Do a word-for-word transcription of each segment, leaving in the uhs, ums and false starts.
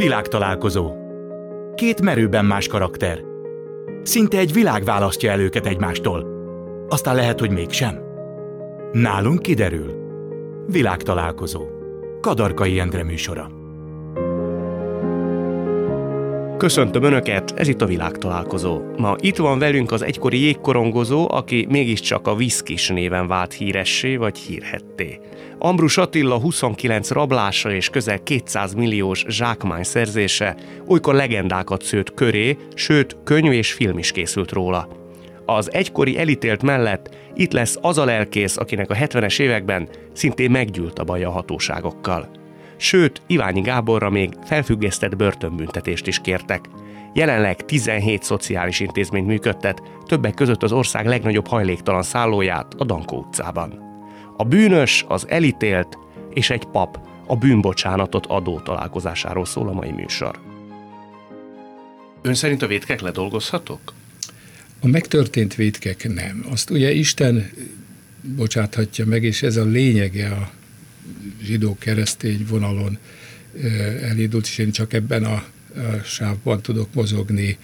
Világtalálkozó. Két merőben más karakter. Szinte egy világ választja el őket egymástól. Aztán lehet, hogy mégsem. Nálunk kiderül. Világtalálkozó. Kadarkai Endre műsora. Köszöntöm Önöket, ez itt a Világtalálkozó. Ma itt van velünk az egykori jégkorongozó, aki mégiscsak a Viszkis néven vált híressé vagy hírhetté. Ambrus Attila huszonkilenc rablása és közel kétszáz milliós zsákmány szerzése olykor legendákat szőtt köré, sőt könyv és film is készült róla. Az egykori elítélt mellett itt lesz az a lelkész, akinek a hetvenes években szintén meggyűlt a baja a hatóságokkal. Sőt, Iványi Gáborra még felfüggesztett börtönbüntetést is kértek. Jelenleg tizenhét szociális intézményt működtet, többek között az ország legnagyobb hajléktalan szállóját a Dankó utcában. A bűnös, az elítélt és egy pap a bűnbocsánatot adó találkozásáról szól a mai műsor. Ön szerint a vétkek ledolgozhatók? A megtörtént vétkek nem. Azt ugye Isten bocsáthatja meg, és ez a lényege a zsidó-keresztény vonalon elindult, és én csak ebben a, a sávban tudok mozogni.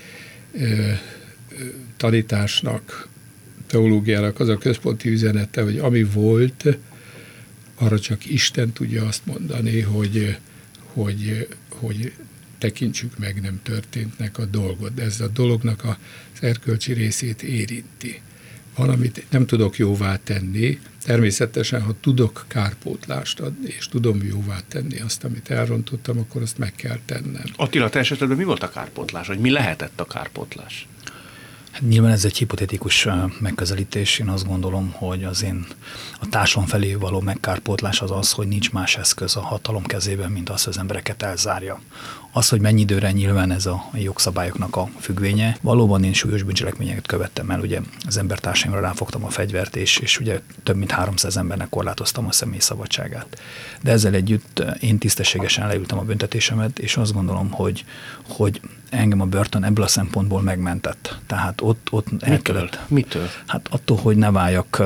Tanításnak, teológiának az a központi üzenete, hogy ami volt, arra csak Isten tudja azt mondani, hogy, hogy, hogy tekintsük meg nem történtnek a dolgot. De ez a dolognak az erkölcsi részét érinti. Van, amit nem tudok jóvá tenni, természetesen, ha tudok kárpótlást adni, és tudom jóvá tenni azt, amit elrontottam, akkor azt meg kell tennem. Attila, te esetben mi volt a kárpótlás, vagy mi lehetett a kárpótlás? Hát nyilván ez egy hipotetikus megközelítés. Én azt gondolom, hogy az én a társadalom felé való megkárpótlás az az, hogy nincs más eszköz a hatalom kezében, mint az, hogy az embereket elzárja. Az, hogy mennyi időre, nyilván ez a jogszabályoknak a függvénye. Valóban én súlyos bűncselekményeket követtem el, ugye az embertársaimra ráfogtam a fegyvert, és, és ugye több mint háromszáz embernek korlátoztam a személy szabadságát. De ezzel együtt én tisztességesen leültem a büntetésemet, és azt gondolom, hogy, hogy engem a börtön ebből a szempontból megmentett. Tehát ott, ott el kellett. Mitől? Hát attól, hogy ne váljak,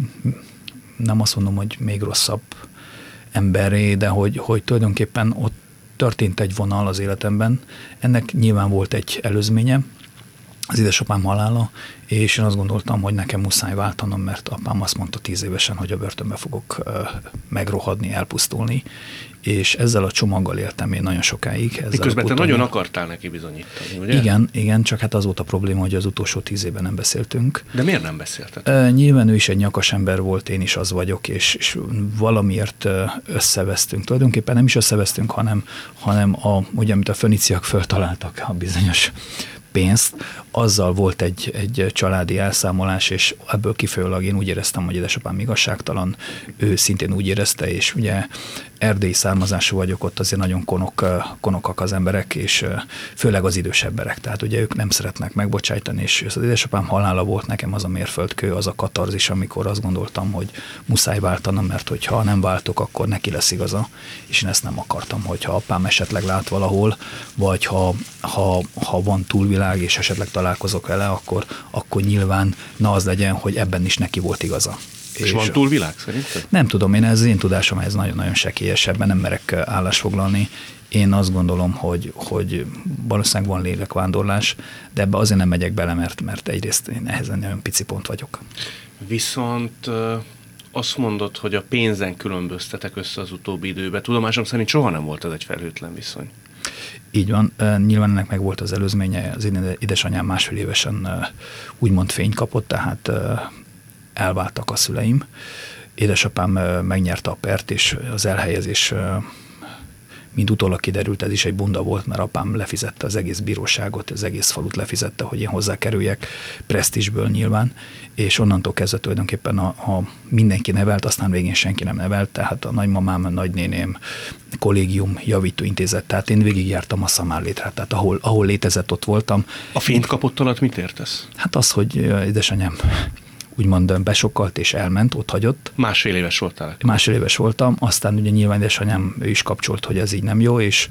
nem azt mondom, hogy még rosszabb emberré, de hogy, hogy tulajdonképpen ott történt egy vonal az életemben. Ennek nyilván volt egy előzménye, az édesapám halála, és én azt gondoltam, hogy nekem muszáj váltanom, mert apám azt mondta tíz évesen, hogy a börtönbe fogok uh, megrohadni, elpusztulni, és ezzel a csomaggal éltem én nagyon sokáig. Miközben te nagyon akartál neki bizonyítani, ugye? Igen, igen, csak hát az volt a probléma, hogy az utolsó tíz évben nem beszéltünk. De miért nem beszéltek? Uh, nyilván ő is egy nyakas ember volt, én is az vagyok, és, és valamiért uh, összevesztünk. Tulajdonképpen nem is összevesztünk, hanem, hanem a, ugye, amit a föniciak föltaláltak, a bizonyos pénzt, azzal volt egy, egy családi elszámolás, és ebből kifolyólag én úgy éreztem, hogy édesapám igazságtalan, ő szintén úgy érezte, és ugye erdélyi származású vagyok, ott azért nagyon konok, konokak az emberek, és főleg az idős emberek, tehát ugye ők nem szeretnek megbocsájtani, és az édesapám halála volt nekem az a mérföldkő, az a katarzis, amikor azt gondoltam, hogy muszáj váltanom, mert hogyha nem váltok, akkor neki lesz igaza, és én ezt nem akartam, hogyha apám esetleg lát valahol, vagy ha, ha, ha van túlvilág, és esetleg találkozok vele, akkor, akkor nyilván na az legyen, hogy ebben is neki volt igaza. És, és van túlvilág szerinted? Nem tudom, én ez az én tudásom, ez nagyon-nagyon sekélyes, ebben nem merek állást foglalni. Én azt gondolom, hogy, hogy valószínűleg van lélekvándorlás, de ebbe azért nem megyek bele, mert, mert egyrészt én ezen nagyon pici pont vagyok. Viszont azt mondod, hogy a pénzen különböztetek össze az utóbbi időben. Tudomásom szerint soha nem volt ez egy felhőtlen viszony. Így van. Nyilván ennek meg volt az előzménye. Az én édesanyám másfél évesen úgymond fényt kapott, tehát elváltak a szüleim. Édesapám megnyerte a pert, és az elhelyezés, mint utólag kiderült, ez is egy bunda volt, mert apám lefizette az egész bíróságot, az egész falut lefizette, hogy én hozzákerüljek, presztízsből nyilván, és onnantól kezdve tulajdonképpen a, a mindenki nevelt, aztán végén senki nem nevelt, tehát a nagymamám, a nagynéném, kollégium, javítóintézet, tehát én végigjártam a szamárlétrát, tehát ahol, ahol létezett, ott voltam. A fényt kapott alatt mit értesz? Hát az, hogy édesanyám úgymond besokkalt és elment, ott hagyott. Másfél éves voltál? Másfél éves voltam, aztán ugye nyilván édesanyám is kapcsolt, hogy ez így nem jó, és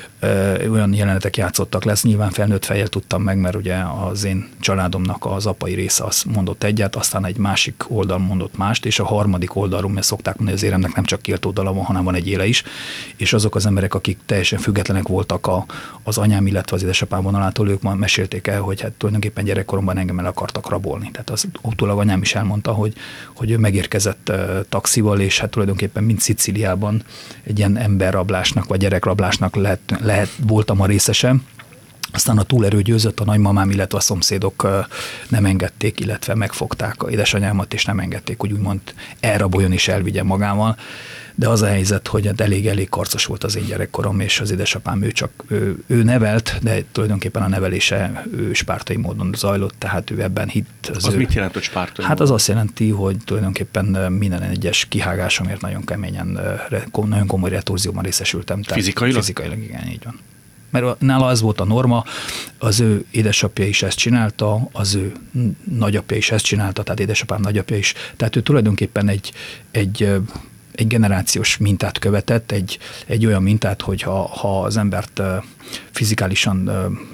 ö, olyan jelenetek játszottak lesz, nyilván felnőtt fejjel tudtam meg, mert ugye az én családomnak az apai része az mondott egyet, aztán egy másik oldal mondott mást, és a harmadik oldalról, mert szokták mondani, az éremnek nem csak két oldala van, hanem van egy éle is, és azok az emberek, akik teljesen függetlenek voltak a, az anyám, illetve az édesapám vonalától, ők ma mesélték el, hogy hát tulajdonképpen gyerekkoromban engem el akartak rabolni. Tehát az utólag anyám is elmondta, hogy, hogy ő megérkezett uh, taxival, és hát tulajdonképpen mind Szicíliában egy ilyen emberrablásnak, vagy gyerekrablásnak lehet, lehet voltam a részese. Aztán a túlerő győzött, a nagymamám, illetve a szomszédok nem engedték, illetve megfogták a édesanyámat, és nem engedték, hogy úgymond elraboljon és elvigye magával. De az a helyzet, hogy elég-elég karcos volt az én gyerekkorom, és az édesapám ő csak, ő, ő nevelt, de tulajdonképpen a nevelése ő spártai módon zajlott, tehát ő ebben hitt. Az, az ő, mit jelent, hogy spártai Hát módon? Az azt jelenti, hogy tulajdonképpen minden egyes kihágásomért nagyon keményen, nagyon komoly retorzióban részesültem. Fizikailag? Fizikailag, igen, így van. Mert nála ez volt a norma, az ő édesapja is ezt csinálta, az ő nagyapja is ezt csinálta, tehát édesapám nagyapja is. Tehát ő tulajdonképpen egy, egy, egy generációs mintát követett, egy, egy olyan mintát, hogy ha, ha az embert fizikálisan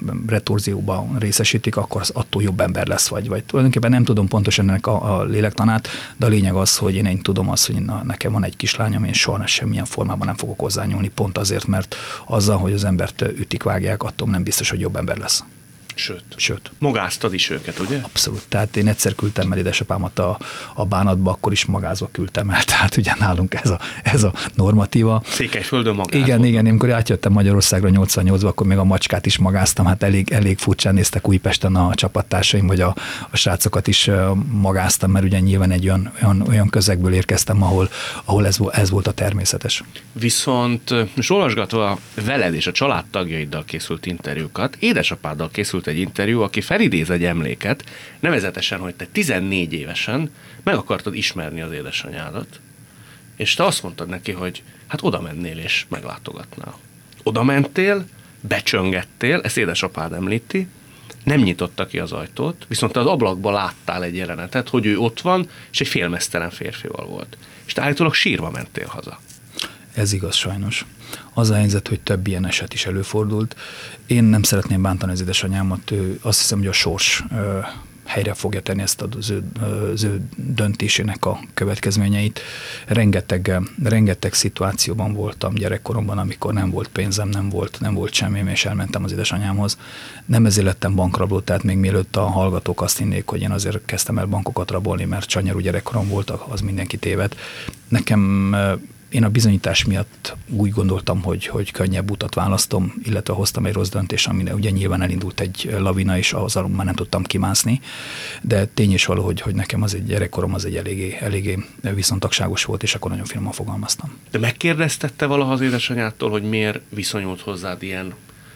retorzióban részesítik, akkor az attól jobb ember lesz, vagy, vagy tulajdonképpen nem tudom pontosan ennek a, a lélektanát, de a lényeg az, hogy én, én tudom azt, hogy na, nekem van egy kislányom, én soha semmilyen formában nem fogok hozzányúlni, pont azért, mert azzal, hogy az embert ütik, vágják, attól nem biztos, hogy jobb ember lesz. Sőt. Sőt. Magáztad is őket, ugye? Abszolút. Tehát én egyszer küldtem el édesapámat a, a bánatba, akkor is magázva küldtem el. Tehát ugye nálunk ez a, ez a normatíva. Székelyföldön magázva. Igen, igen. Én amikor átjöttem Magyarországra nyolcvannyolcban, akkor még a macskát is magáztam. Hát elég, elég furcsán néztek Újpesten a csapattársaim, vagy a, a srácokat is magáztam, mert ugye nyilván egy olyan, olyan, olyan közegből érkeztem, ahol, ahol ez, ez volt a természetes. Viszont most olvasgatva veled és a családtagjaiddal készült interjúkat, édesapáddal készült egy interjú, aki felidéz egy emléket, nevezetesen, hogy te tizennégy évesen meg akartad ismerni az édesanyádat, és te azt mondtad neki, hogy hát oda mennél és meglátogatnál. Oda mentél, becsöngettél, ezt édesapád említi, nem nyitotta ki az ajtót, viszont te az ablakba láttál egy jelenetet, hogy ő ott van, és egy félmeztelen férfival volt. És te állítólag sírva mentél haza. Ez igaz sajnos. Az a helyzet, hogy több ilyen eset is előfordult. Én nem szeretném bántani az édesanyámat, ő, azt hiszem, hogy a sors ö, helyre fogja tenni ezt az ő, az ő döntésének a következményeit. Rengeteg, rengeteg szituációban voltam gyerekkoromban, amikor nem volt pénzem, nem volt, nem volt semmim, és elmentem az édesanyámhoz. Nem ezért lettem bankrabló, tehát még mielőtt a hallgatók azt hinnék, hogy én azért kezdtem el bankokat rabolni, mert csanyarú gyerekkorom volt, az mindenki téved. Nekem én a bizonyítás miatt úgy gondoltam, hogy, hogy könnyebb utat választom, illetve hoztam egy rossz döntést, amire ugye nyilván elindult egy lavina, és ahhoz már nem tudtam kimászni, de tény is való, hogy, hogy nekem az egy gyerekkorom az egy eléggé, eléggé viszontagságos volt, és akkor nagyon finoman fogalmaztam. De megkérdeztette valaha az édesanyától, hogy miért viszonyult hozzád ilyen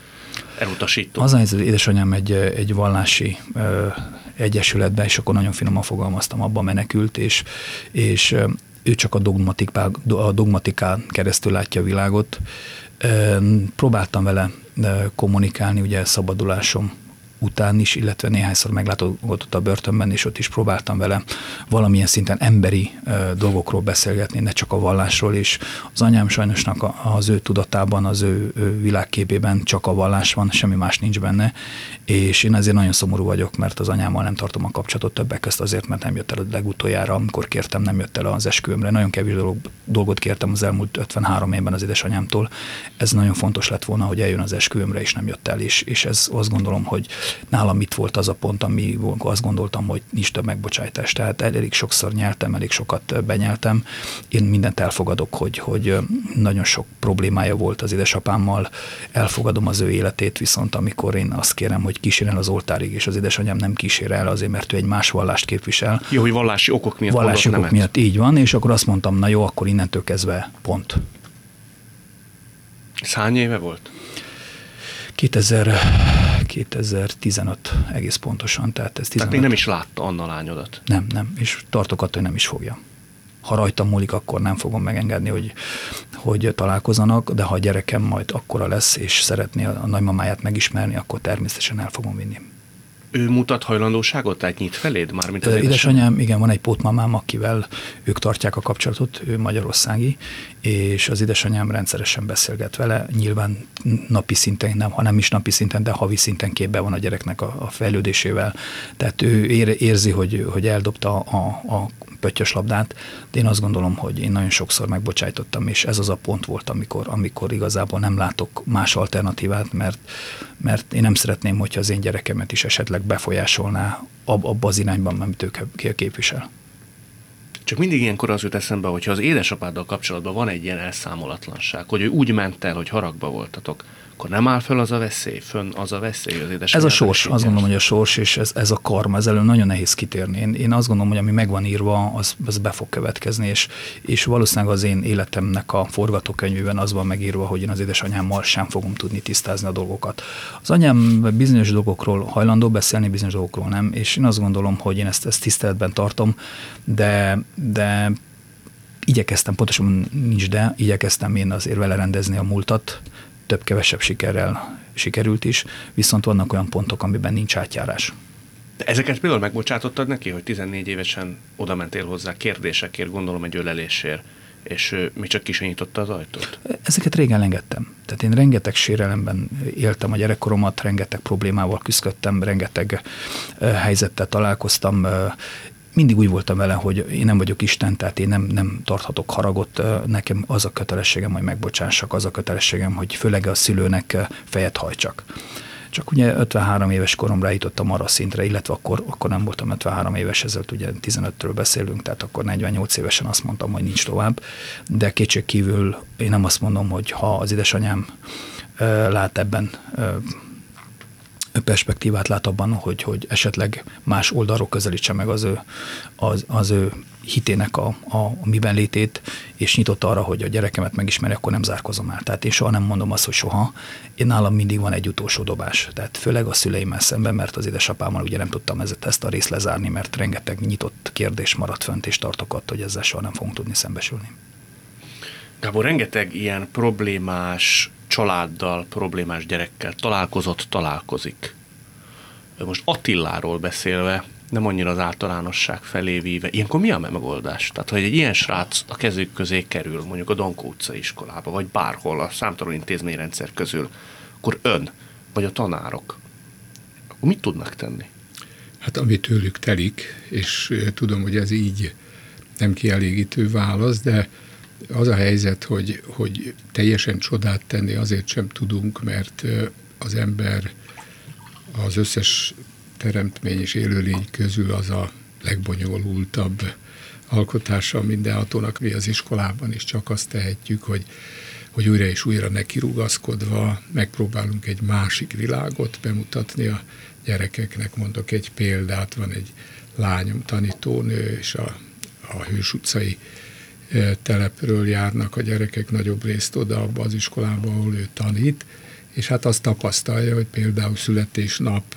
elutasító? Az az édesanyám egy, egy vallási ö, egyesületben, és akkor nagyon finoman fogalmaztam, abban menekült, és, és ő csak a, a dogmatikán keresztül látja a világot. Próbáltam vele kommunikálni, ugye szabadulásom után is, illetve néhányszor meglátogatott a börtönben, és ott is próbáltam vele valamilyen szinten emberi dolgokról beszélgetni, ne csak a vallásról, és az anyám sajnosnak az ő tudatában, az ő, ő világképében csak a vallás van, semmi más nincs benne, és én ezért nagyon szomorú vagyok, mert az anyámmal nem tartom a kapcsolatot, többek közt azért, mert nem jött el a legutoljára, amikor kértem, nem jött el az esküvőmre. Nagyon kevés dolgot kértem az elmúlt ötvenhárom évben az édesanyámtól. Ez nagyon fontos lett volna, hogy eljön az esküvőmre, és nem jött el, és, és ez azt gondolom, hogy nálam itt volt az a pont, ami azt gondoltam, hogy nincs több megbocsájtás. Tehát elég sokszor nyeltem, elég sokat benyeltem. Én mindent elfogadok, hogy, hogy nagyon sok problémája volt az édesapámmal, elfogadom az ő életét, viszont amikor én azt kérem, hogy kísérjen el az oltárig, és az édesanyám nem kísér el azért, mert ő egy más vallást képvisel. Jó, hogy vallási okok miatt Vallási okok nemet. miatt, így van, és akkor azt mondtam, na jó, akkor innentől kezdve pont. Ez hány éve volt? kétezer, kétezer-tizenöt egész pontosan. Tehát, ez tehát még nem is látta Anna lányodat? Nem, nem, és tartok attól, hogy nem is fogja. Ha rajtam múlik, akkor nem fogom megengedni, hogy, hogy találkozzanak, de ha a gyerekem majd akkora lesz, és szeretné a nagymamáját megismerni, akkor természetesen el fogom vinni. ő mutat hajlandóságot, tehát nyit feléd már, mint az édesanyám, igen, van egy pótmamám, akivel ők tartják a kapcsolatot, ő magyarországi, és az édesanyám rendszeresen beszélget vele, nyilván napi szinten, nem, ha nem is napi szinten, de havi szinten képbe van a gyereknek a, a fejlődésével. Tehát ő ér, érzi, hogy, hogy eldobta a, a pöttyös labdát, de én azt gondolom, hogy én nagyon sokszor megbocsájtottam, és ez az a pont volt, amikor, amikor igazából nem látok más alternatívát, mert, mert én nem szeretném, hogyha az én gyerekemet is esetleg befolyásolná ab, abba az irányban, amit ő képvisel. Csak mindig ilyenkor az jut eszembe, hogyha az édesapáddal kapcsolatban van egy ilyen elszámolatlanság, hogy ő úgy ment el, hogy haragba voltatok, akkor nem áll föl az a veszély, fönn az a veszély, az édesanyád. Ez a sors, azt gondolom, hogy a sors, és ez, ez a karma, ez elő nagyon nehéz kitérni. Én, én azt gondolom, hogy ami meg van írva, az, az be fog következni, és, és valószínűleg az én életemnek a forgatókönyvében az van megírva, hogy én az édesanyámmal sem fogom tudni tisztázni a dolgokat. Az anyám bizonyos dolgokról hajlandó beszélni, bizonyos dolgokról nem, és én azt gondolom, hogy én ezt, ezt tiszteletben tartom, de, de igyekeztem, pontosan nincs de, igyekeztem én azért vele rendezni a múltat, több-kevesebb sikerrel sikerült is, viszont vannak olyan pontok, amiben nincs átjárás. De ezeket például megbocsátottad neki, hogy tizennégy évesen oda mentél hozzá kérdésekért, gondolom egy ölelésért, és mi csak ki sem nyitotta az ajtót? Ezeket régen engedtem. Tehát én rengeteg sérelemben éltem a gyerekkoromat, rengeteg problémával küzdöttem, rengeteg helyzettel találkoztam. Mindig úgy voltam vele, hogy én nem vagyok Isten, tehát én nem, nem tarthatok haragot, nekem az a kötelességem, hogy megbocsássak, az a kötelességem, hogy főleg a szülőnek fejet hajtsak. Csak ugye ötvenhárom éves koromra jutottam arra szintre, illetve akkor, akkor nem voltam ötvenhárom éves, ezzel ugye tizenötről beszélünk, tehát akkor negyvennyolc évesen azt mondtam, hogy nincs tovább, de kétségkívül én nem azt mondom, hogy ha az édesanyám lát ebben perspektívát lát abban, hogy, hogy esetleg más oldalról közelítse meg az ő, az, az ő hitének a, a miben létét, és nyitott arra, hogy a gyerekemet megismeri, akkor nem zárkozom el. Tehát én soha nem mondom azt, hogy soha. Én nálam mindig van egy utolsó dobás. Tehát főleg a szüleimmel szemben, mert az édesapámmal ugye nem tudtam ezt, ezt a részt lezárni, mert rengeteg nyitott kérdés maradt fönt, és tartok attól, hogy ezzel soha nem fogunk tudni szembesülni. Gábor, rengeteg ilyen problémás családdal, problémás gyerekkel találkozott, találkozik. Most Attiláról beszélve, nem annyira az általánosság felé víve, ilyenkor mi a megoldás? Tehát, hogy egy ilyen srác a kezük közé kerül, mondjuk a Donkó utcai iskolába, vagy bárhol a számtalan intézményrendszer közül, akkor ön, vagy a tanárok, akkor mit tudnak tenni? Hát ami tőlük telik, és tudom, hogy ez így nem kielégítő válasz, de az a helyzet, hogy, hogy teljesen csodát tenni azért sem tudunk, mert az ember az összes teremtmény és élőlény közül az a legbonyolultabb alkotása mindenhatónak. Mi az iskolában is csak azt tehetjük, hogy, hogy újra és újra nekirugaszkodva megpróbálunk egy másik világot bemutatni a gyerekeknek. Mondok egy példát, van egy lányom, tanítónő, és a, a Hős utcai telepről járnak a gyerekek nagyobb részt oda abba az iskolába, ahol ő tanít, és hát azt tapasztalja, hogy például születésnap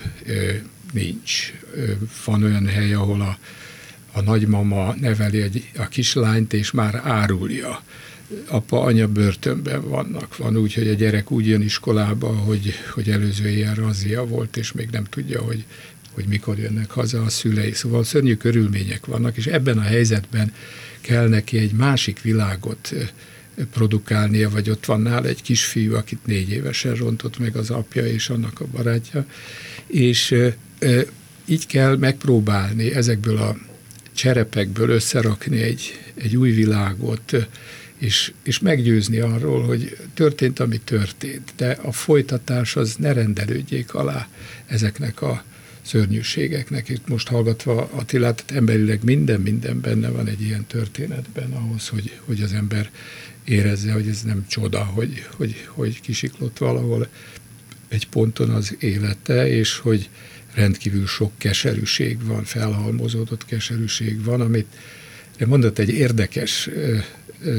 nincs. Van olyan hely, ahol a, a nagymama neveli egy, a kislányt, és már árulja. Apa, anya börtönben vannak. Van úgy, hogy a gyerek úgy jön iskolába, hogy, hogy előző éjjel razzia volt, és még nem tudja, hogy, hogy mikor jönnek haza a szülei. Szóval szörnyű körülmények vannak, és ebben a helyzetben kell neki egy másik világot produkálnia, vagy ott van nála egy kisfiú, akit négy évesen rontott meg az apja és annak a barátja, és e, e, így kell megpróbálni ezekből a cserepekből összerakni egy, egy új világot, és, és meggyőzni arról, hogy történt, ami történt, de a folytatás az ne rendelődjék alá ezeknek a szörnyűségeknek. Itt most hallgatva Attilát, emberileg minden, minden benne van egy ilyen történetben ahhoz, hogy, hogy az ember érezze, hogy ez nem csoda, hogy, hogy, hogy kisiklott valahol egy ponton az élete, és hogy rendkívül sok keserűség van, felhalmozódott keserűség van, amit mondott egy érdekes ö, ö,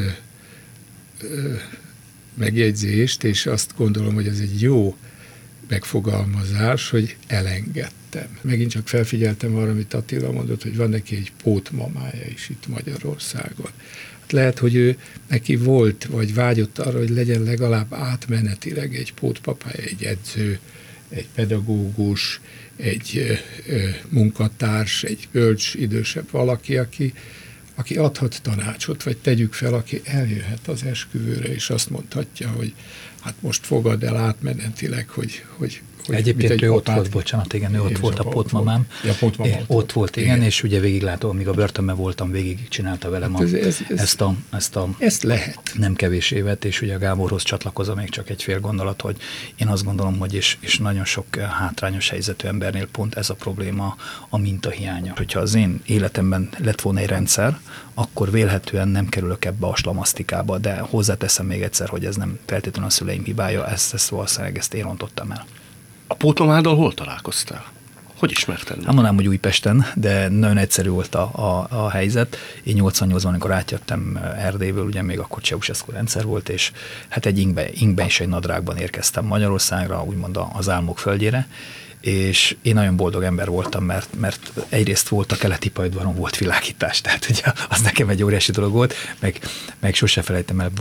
ö, megjegyzést, és azt gondolom, hogy ez egy jó megfogalmazás, hogy elengedtem. Megint csak felfigyeltem arra, amit Attila mondott, hogy van neki egy pótmamája is itt Magyarországon. Hát lehet, hogy ő neki volt, vagy vágyott arra, hogy legyen legalább átmenetileg egy pótpapája, egy edző, egy pedagógus, egy munkatárs, egy bölcs, idősebb valaki, aki, aki adhat tanácsot, vagy tegyük fel, aki eljöhet az esküvőre, és azt mondhatja, hogy hát most fogad el átmenetileg, hogy, hogy Egyébként ő ott volt, bocsánat, igen, ő ott volt a potmamám. Ja, potmamám. Ott volt, igen, igen, és ugye végiglátom, amíg a börtönben voltam, végig csinálta velem hát ez, a, ez, ez, ezt, a, ezt a ezt lehet. Nem kevés évet, és ugye a Gáborhoz csatlakozom még csak egy fél gondolat, hogy én azt gondolom, hogy és, és nagyon sok hátrányos helyzetű embernél pont ez a probléma, a mintahiánya. Hogyha az én életemben lett volna egy rendszer, akkor vélhetően nem kerülök ebbe a slamasztikába, de hozzáteszem még egyszer, hogy ez nem feltétlenül a szüleim hibája, ezt, ezt valószínűleg ezt én rontottam el. A pótmamáddal hol találkoztál? Hogy ismerted? Nem mondanám, hogy Újpesten, de nagyon egyszerű volt a, a, a helyzet. Én nyolcvannyolcban, amikor átjöttem Erdélyből, ugye még akkor Ceausescu rendszer volt, és hát egy ingbe, ingbe és egy nadrágban érkeztem Magyarországra, úgymond az álmok földjére, és én nagyon boldog ember voltam, mert, mert egyrészt volt a keleti pályaudvaron volt világítás, tehát ugye az nekem egy óriási dolog volt, meg, meg sose felejtem el,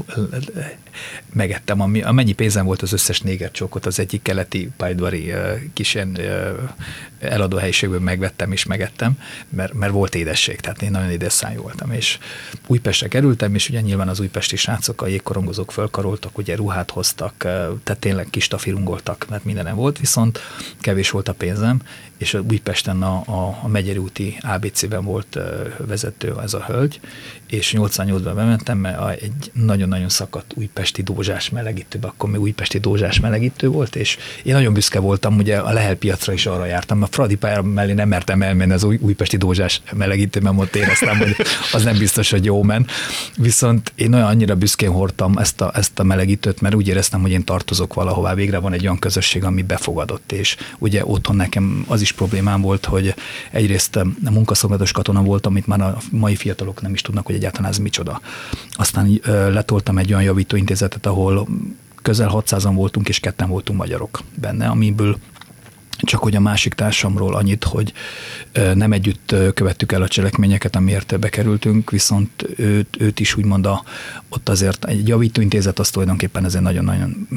megettem, ami, amennyi pénzem volt az összes négercsókot, az egyik keleti pályaudvari kis ilyen eladó helyiségből megvettem és megettem, mert, mert volt édesség, tehát én nagyon édesszájú voltam, és Újpestre kerültem, és ugye nyilván az újpesti srácok, a jégkorongozók fölkaroltak, ugye ruhát hoztak, tehát tényleg kis tafirungoltak, mert mindenem volt, viszont kevés volt a pénzem, és Újpesten a, a, a Megyeri úti á bé cében volt vezető ez a hölgy, és nyolcvannyolcban bementem, mert egy nagyon-nagyon szakadt újpesti dózsás melegítőbe, akkor még újpesti dózsás melegítő volt, és én nagyon büszke voltam, ugye a Lehel piacra is arra jártam, a Fradi pálya mellé nem mertem elmenni az új, újpesti dózsás melegítőben, ott éreztem, hogy az nem biztos, hogy jó men. Viszont én olyan annyira büszkén hordtam ezt a, ezt a melegítőt, mert úgy éreztem, hogy én tartozok valahová, végre van egy olyan közösség, ami befogadott, és ugye otthon nekem az is problémám volt, hogy egyrészt a munkaszolgálatos katona voltam, amit már a mai fiatalok nem is tudnak, hogy egyáltalán ez micsoda. Aztán letoltam egy olyan javítóintézetet, ahol közel hatszázan voltunk, és ketten voltunk magyarok benne, amiből csak hogy a másik társamról annyit, hogy nem együtt követtük el a cselekményeket, amiért bekerültünk, viszont őt, őt is úgymond a, ott azért egy javítóintézet, az tulajdonképpen ez egy nagyon-nagyon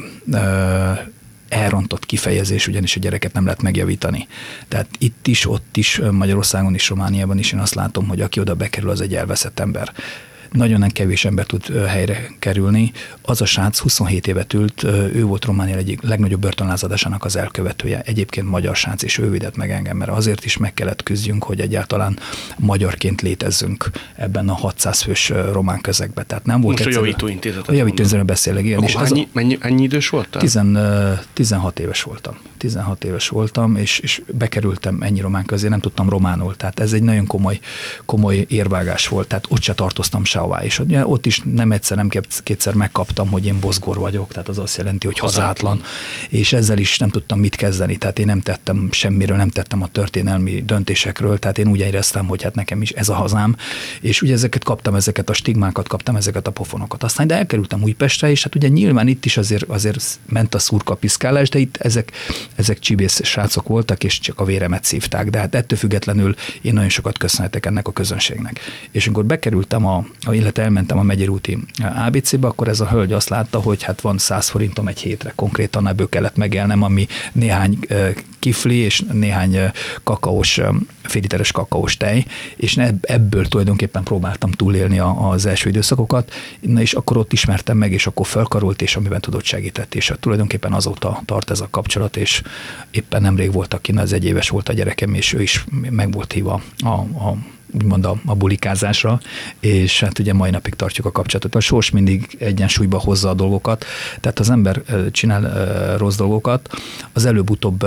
elrontott kifejezés, ugyanis a gyereket nem lehet megjavítani. Tehát itt is, ott is, Magyarországon is, Romániában is én azt látom, hogy aki oda bekerül, az egy elveszett ember. Nagyon nem kevés ember tud helyre kerülni. Az a srác huszonhét évet ült, ő volt Románia egyik legnagyobb börtönlázadásának az elkövetője. Egyébként magyar srác, és ő védett meg engem, mert azért is meg kellett küzdjünk, hogy egyáltalán magyarként létezzünk ebben a hatszáz fős román közegben. Tehát nem volt most a javítóintézetet. A javítóintézetről beszélek, igen. És ennyi, a, mennyi, ennyi idős voltál? Tizen, tizenhat éves voltam. tizenhat éves voltam, és, és bekerültem ennyi román közé, nem tudtam románul. Tehát ez egy nagyon komoly, komoly érvágás volt. Tehát ott se tartoztam sehová. És ott is nem egyszer, nem kétszer megkaptam, hogy én bozgor vagyok, tehát az azt jelenti, hogy hazátlan. És ezzel is nem tudtam mit kezdeni. Tehát én nem tettem semmiről, nem tettem a történelmi döntésekről, tehát én úgy éreztem, hogy hát nekem is ez a hazám. És ugye ezeket kaptam, ezeket a stigmákat kaptam, ezeket a pofonokat. Aztán de elkerültem Újpestre, és hát ugye nyilván itt is azért, azért ment a szurkapiszkálás, de itt ezek Ezek csibész srácok voltak, és csak a véremet szívták, de hát ettől függetlenül én nagyon sokat köszönhetek ennek a közönségnek. És amikor bekerültem, a, illetve elmentem a Megyeri úti á bé cébe, akkor ez a hölgy azt látta, hogy hát van száz forintom egy hétre, konkrétan ebből kellett megélnem, ami néhány kifli és néhány kakaós, féliteres kakaós tej, és ebből tulajdonképpen próbáltam túlélni az első időszakokat, na és akkor ott ismertem meg, és akkor felkarolt, és amiben tudott segített, és tulajdonképpen azóta tart ez a kapcsolat, és éppen nemrég voltak ki, az egy éves volt a gyerekem, és ő is meg volt hívva a, a úgymond a, a bulikázásra, és hát ugye mai napig tartjuk a kapcsolatot. A sors mindig egyensúlyba hozza a dolgokat, tehát az ember csinál rossz dolgokat, az előbb-utóbb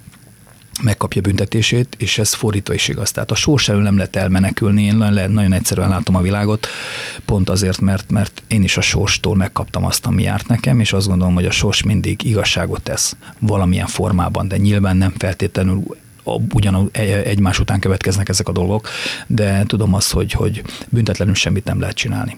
megkapja büntetését, és ez fordítva is igaz. Tehát a sors elől nem lehet elmenekülni, én nagyon egyszerűen látom a világot, pont azért, mert, mert én is a sorstól megkaptam azt, ami járt nekem, és azt gondolom, hogy a sors mindig igazságot tesz valamilyen formában, de nyilván nem feltétlenül ugyanúgy egymás után következnek ezek a dolgok, de tudom azt, hogy, hogy büntetlenül semmit nem lehet csinálni.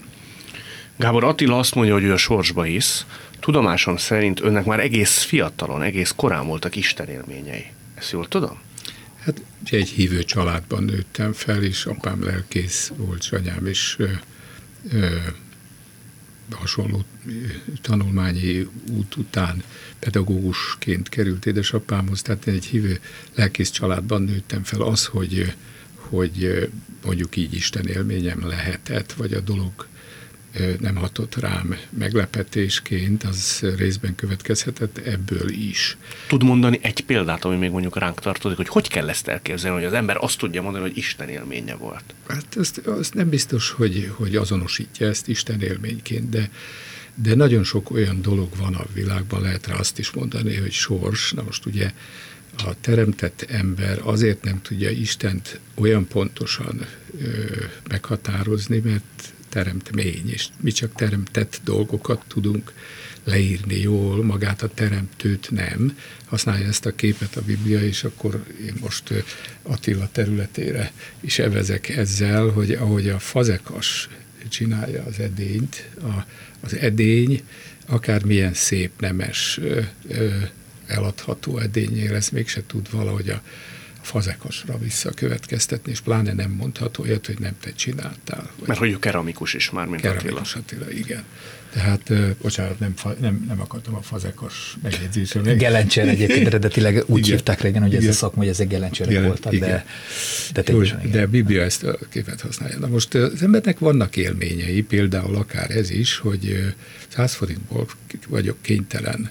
Gábor Attila azt mondja, hogy ő a sorsba hisz. Tudomásom szerint önnek már egész fiatalon, egész korán voltak Isten élményei. Ezt jól tudom? Hát egy hívő családban nőttem fel, és apám lelkész volt, és anyám is ö, ö, hasonló tanulmányi út után pedagógusként került édesapámhoz, tehát én egy hívő lelkész családban nőttem fel. Az, hogy, hogy mondjuk így Isten élményem lehetett, vagy a dolog nem hatott rám meglepetésként, az részben következhetett ebből is. Tud mondani egy példát, ami még mondjuk ránk tartozik, hogy hogy kell ezt elképzelni, hogy az ember azt tudja mondani, hogy Isten élménye volt? Hát azt, azt nem biztos, hogy, hogy azonosítja ezt Isten élményként, de, de nagyon sok olyan dolog van a világban, lehet rá azt is mondani, hogy sors. Na most ugye a teremtett ember azért nem tudja Istent olyan pontosan ö, meghatározni, mert teremtmény, és mi csak teremtett dolgokat tudunk leírni jól, magát a teremtőt nem. Használja ezt a képet a Biblia, és akkor én most Attila területére is evezek ezzel, hogy ahogy a fazekas csinálja az edényt, a, az edény akármilyen szép, nemes, ö, ö, eladható edényé lesz, mégse tud valahogy a fazekasra visszakövetkeztetni, és pláne nem mondhat olyat, hogy nem te csináltál. Mert hogy ő keramikus is már, mint keramikus Attila. Attila, igen. Tehát, uh, bocsánat, nem, nem, nem akartam a fazekas megjegyzésre. Gelencsér egyébként eredetileg úgy igen. hívták régen, hogy igen. ez a szakma, hogy ezek gelencserek voltak, de, de tényleg. De a Biblia ezt a képet használja. Na most az embernek vannak élményei, például akár ez is, hogy száz forintból vagyok kénytelen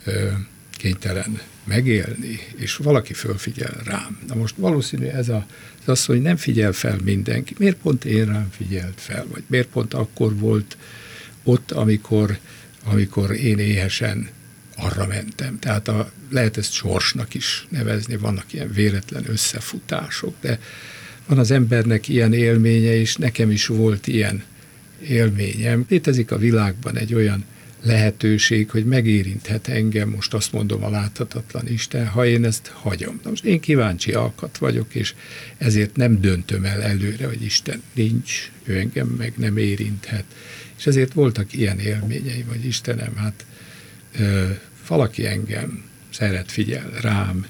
kénytelen megélni, és valaki fölfigyel rám. Na most valószínű ez a, az, az, hogy nem figyel fel mindenki. Miért pont én rám figyelt fel? Vagy miért pont akkor volt ott, amikor, amikor én éhesen arra mentem? Tehát a, lehet ezt sorsnak is nevezni, vannak ilyen véletlen összefutások, de van az embernek ilyen élménye, és nekem is volt ilyen élményem. Létezik a világban egy olyan lehetőség, hogy megérinthet engem, most azt mondom, a láthatatlan Isten, ha én ezt hagyom. Na most én kíváncsi alkat vagyok, és ezért nem döntöm el előre, hogy Isten nincs, ő engem meg nem érinthet. És ezért voltak ilyen élményeim, hogy Istenem, hát ö, valaki engem szeret, figyel rám,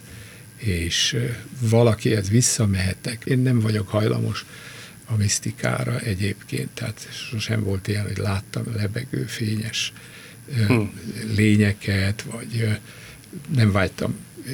és ö, valakihez visszamehetek. Én nem vagyok hajlamos a misztikára egyébként, tehát sosem volt ilyen, hogy láttam lebegő, fényes hmm. lényeket, vagy nem vágytam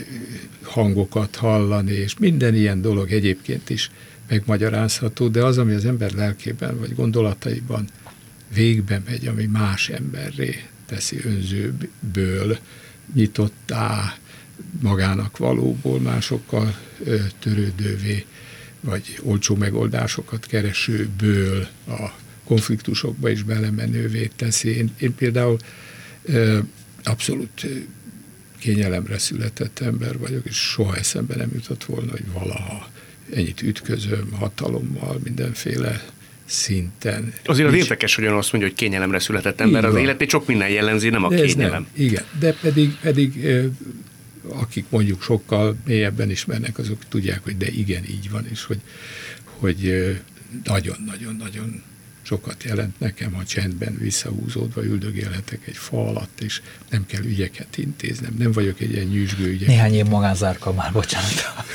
hangokat hallani, és minden ilyen dolog egyébként is megmagyarázható, de az, ami az ember lelkében, vagy gondolataiban végbe megy, ami más emberré teszi, önzőből nyitottá, magának valóból másokkal törődővé, vagy olcsó megoldásokat keresőből a konfliktusokba is belemenővé teszi. Én, én például ö, abszolút kényelemre született ember vagyok, és soha eszembe nem jutott volna, hogy valaha ennyit ütközöm hatalommal, mindenféle szinten. Azért az érdekes, hogy azt mondja, hogy kényelemre született ember, az életét sok minden jellemzi, nem a de kényelem. Nem. Igen, de pedig, pedig akik mondjuk sokkal mélyebben ismernek, azok tudják, hogy de igen, így van, és hogy, hogy nagyon-nagyon-nagyon sokat jelent nekem, ha csendben visszahúzódva üldögélhetek egy fa alatt, és nem kell ügyeket intéznem. Nem vagyok egy ilyen nyűsgő ügyek. Néhány év magánzárkkal már, bocsánat.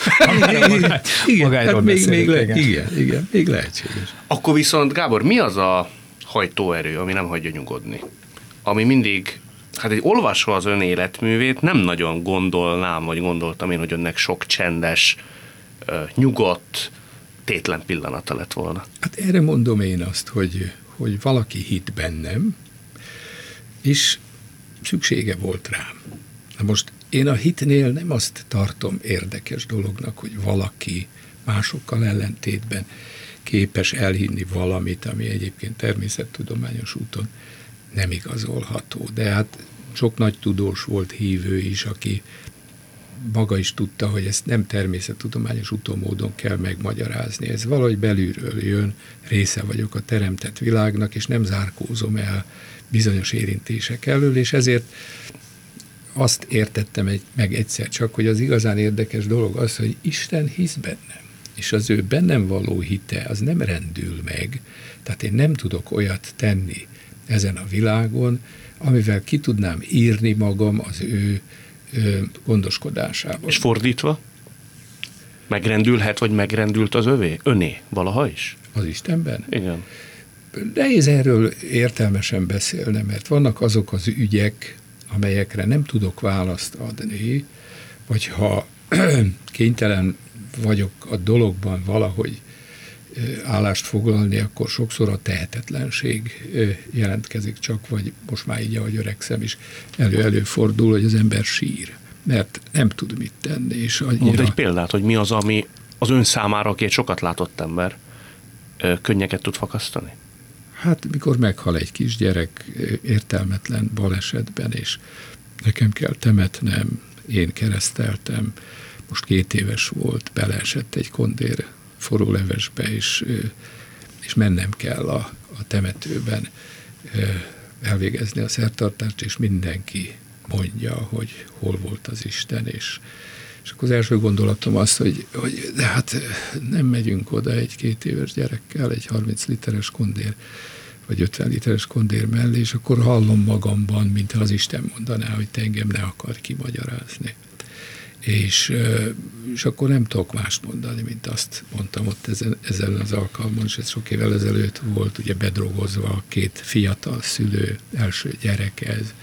igen, igen, hát még, még le, igen, igen, még lehetséges. Akkor viszont, Gábor, mi az a hajtóerő, ami nem hagyja nyugodni? Ami mindig, hát egy olvasva az ön életművét, nem nagyon gondolnám, vagy gondoltam én, hogy önnek sok csendes, nyugodt, tétlen pillanata lett volna. Hát erre mondom én azt, hogy, hogy valaki hitt bennem, és szüksége volt rám. Na most én a hitnél nem azt tartom érdekes dolognak, hogy valaki másokkal ellentétben képes elhinni valamit, ami egyébként természettudományos úton nem igazolható. De hát sok nagy tudós volt, hívő is, aki maga is tudta, hogy ezt nem természettudományos utómódon kell megmagyarázni. Ez valahogy belülről jön, része vagyok a teremtett világnak, és nem zárkózom el bizonyos érintések elől, és ezért azt értettem egy, meg egyszer csak, hogy az igazán érdekes dolog az, hogy Isten hisz bennem, és az ő bennem való hite, az nem rendül meg, tehát én nem tudok olyat tenni ezen a világon, amivel ki tudnám írni magam az ő gondoskodásában. És fordítva? Megrendülhet, vagy megrendült az övé? Öné? Valaha is? Az Istenben? Igen. nehéz erről értelmesen beszélni, mert vannak azok az ügyek, amelyekre nem tudok választ adni, vagy ha kénytelen vagyok a dologban valahogy állást foglalni, akkor sokszor a tehetetlenség jelentkezik csak, vagy most már így, ahogy öregszem is, elő-előfordul, hogy az ember sír, mert nem tud mit tenni. És annyira... Mondd egy példát, hogy mi az, ami az ön számára, aki egy sokat látott ember, könnyeket tud fakasztani? Hát, mikor meghal egy kisgyerek értelmetlen balesetben, és nekem kell temetnem, én kereszteltem, most két éves volt, beleesett egy kondér forró levesbe, és, és mennem kell a, a temetőben elvégezni a szertartást, és mindenki mondja, hogy hol volt az Isten, és, és akkor az első gondolatom az, hogy, hogy de hát nem megyünk oda egy két éves gyerekkel, egy harminc literes kondér, vagy ötven literes kondér mellé, és akkor hallom magamban, mint az Isten mondaná, hogy te engem ne akar kimagyarázni. És, és akkor nem tudok mást mondani, mint azt mondtam ott ezen, ezen az alkalmon, és ez sok évvel ezelőtt volt, ugye bedrogozva a két fiatal szülő, első gyerek ez,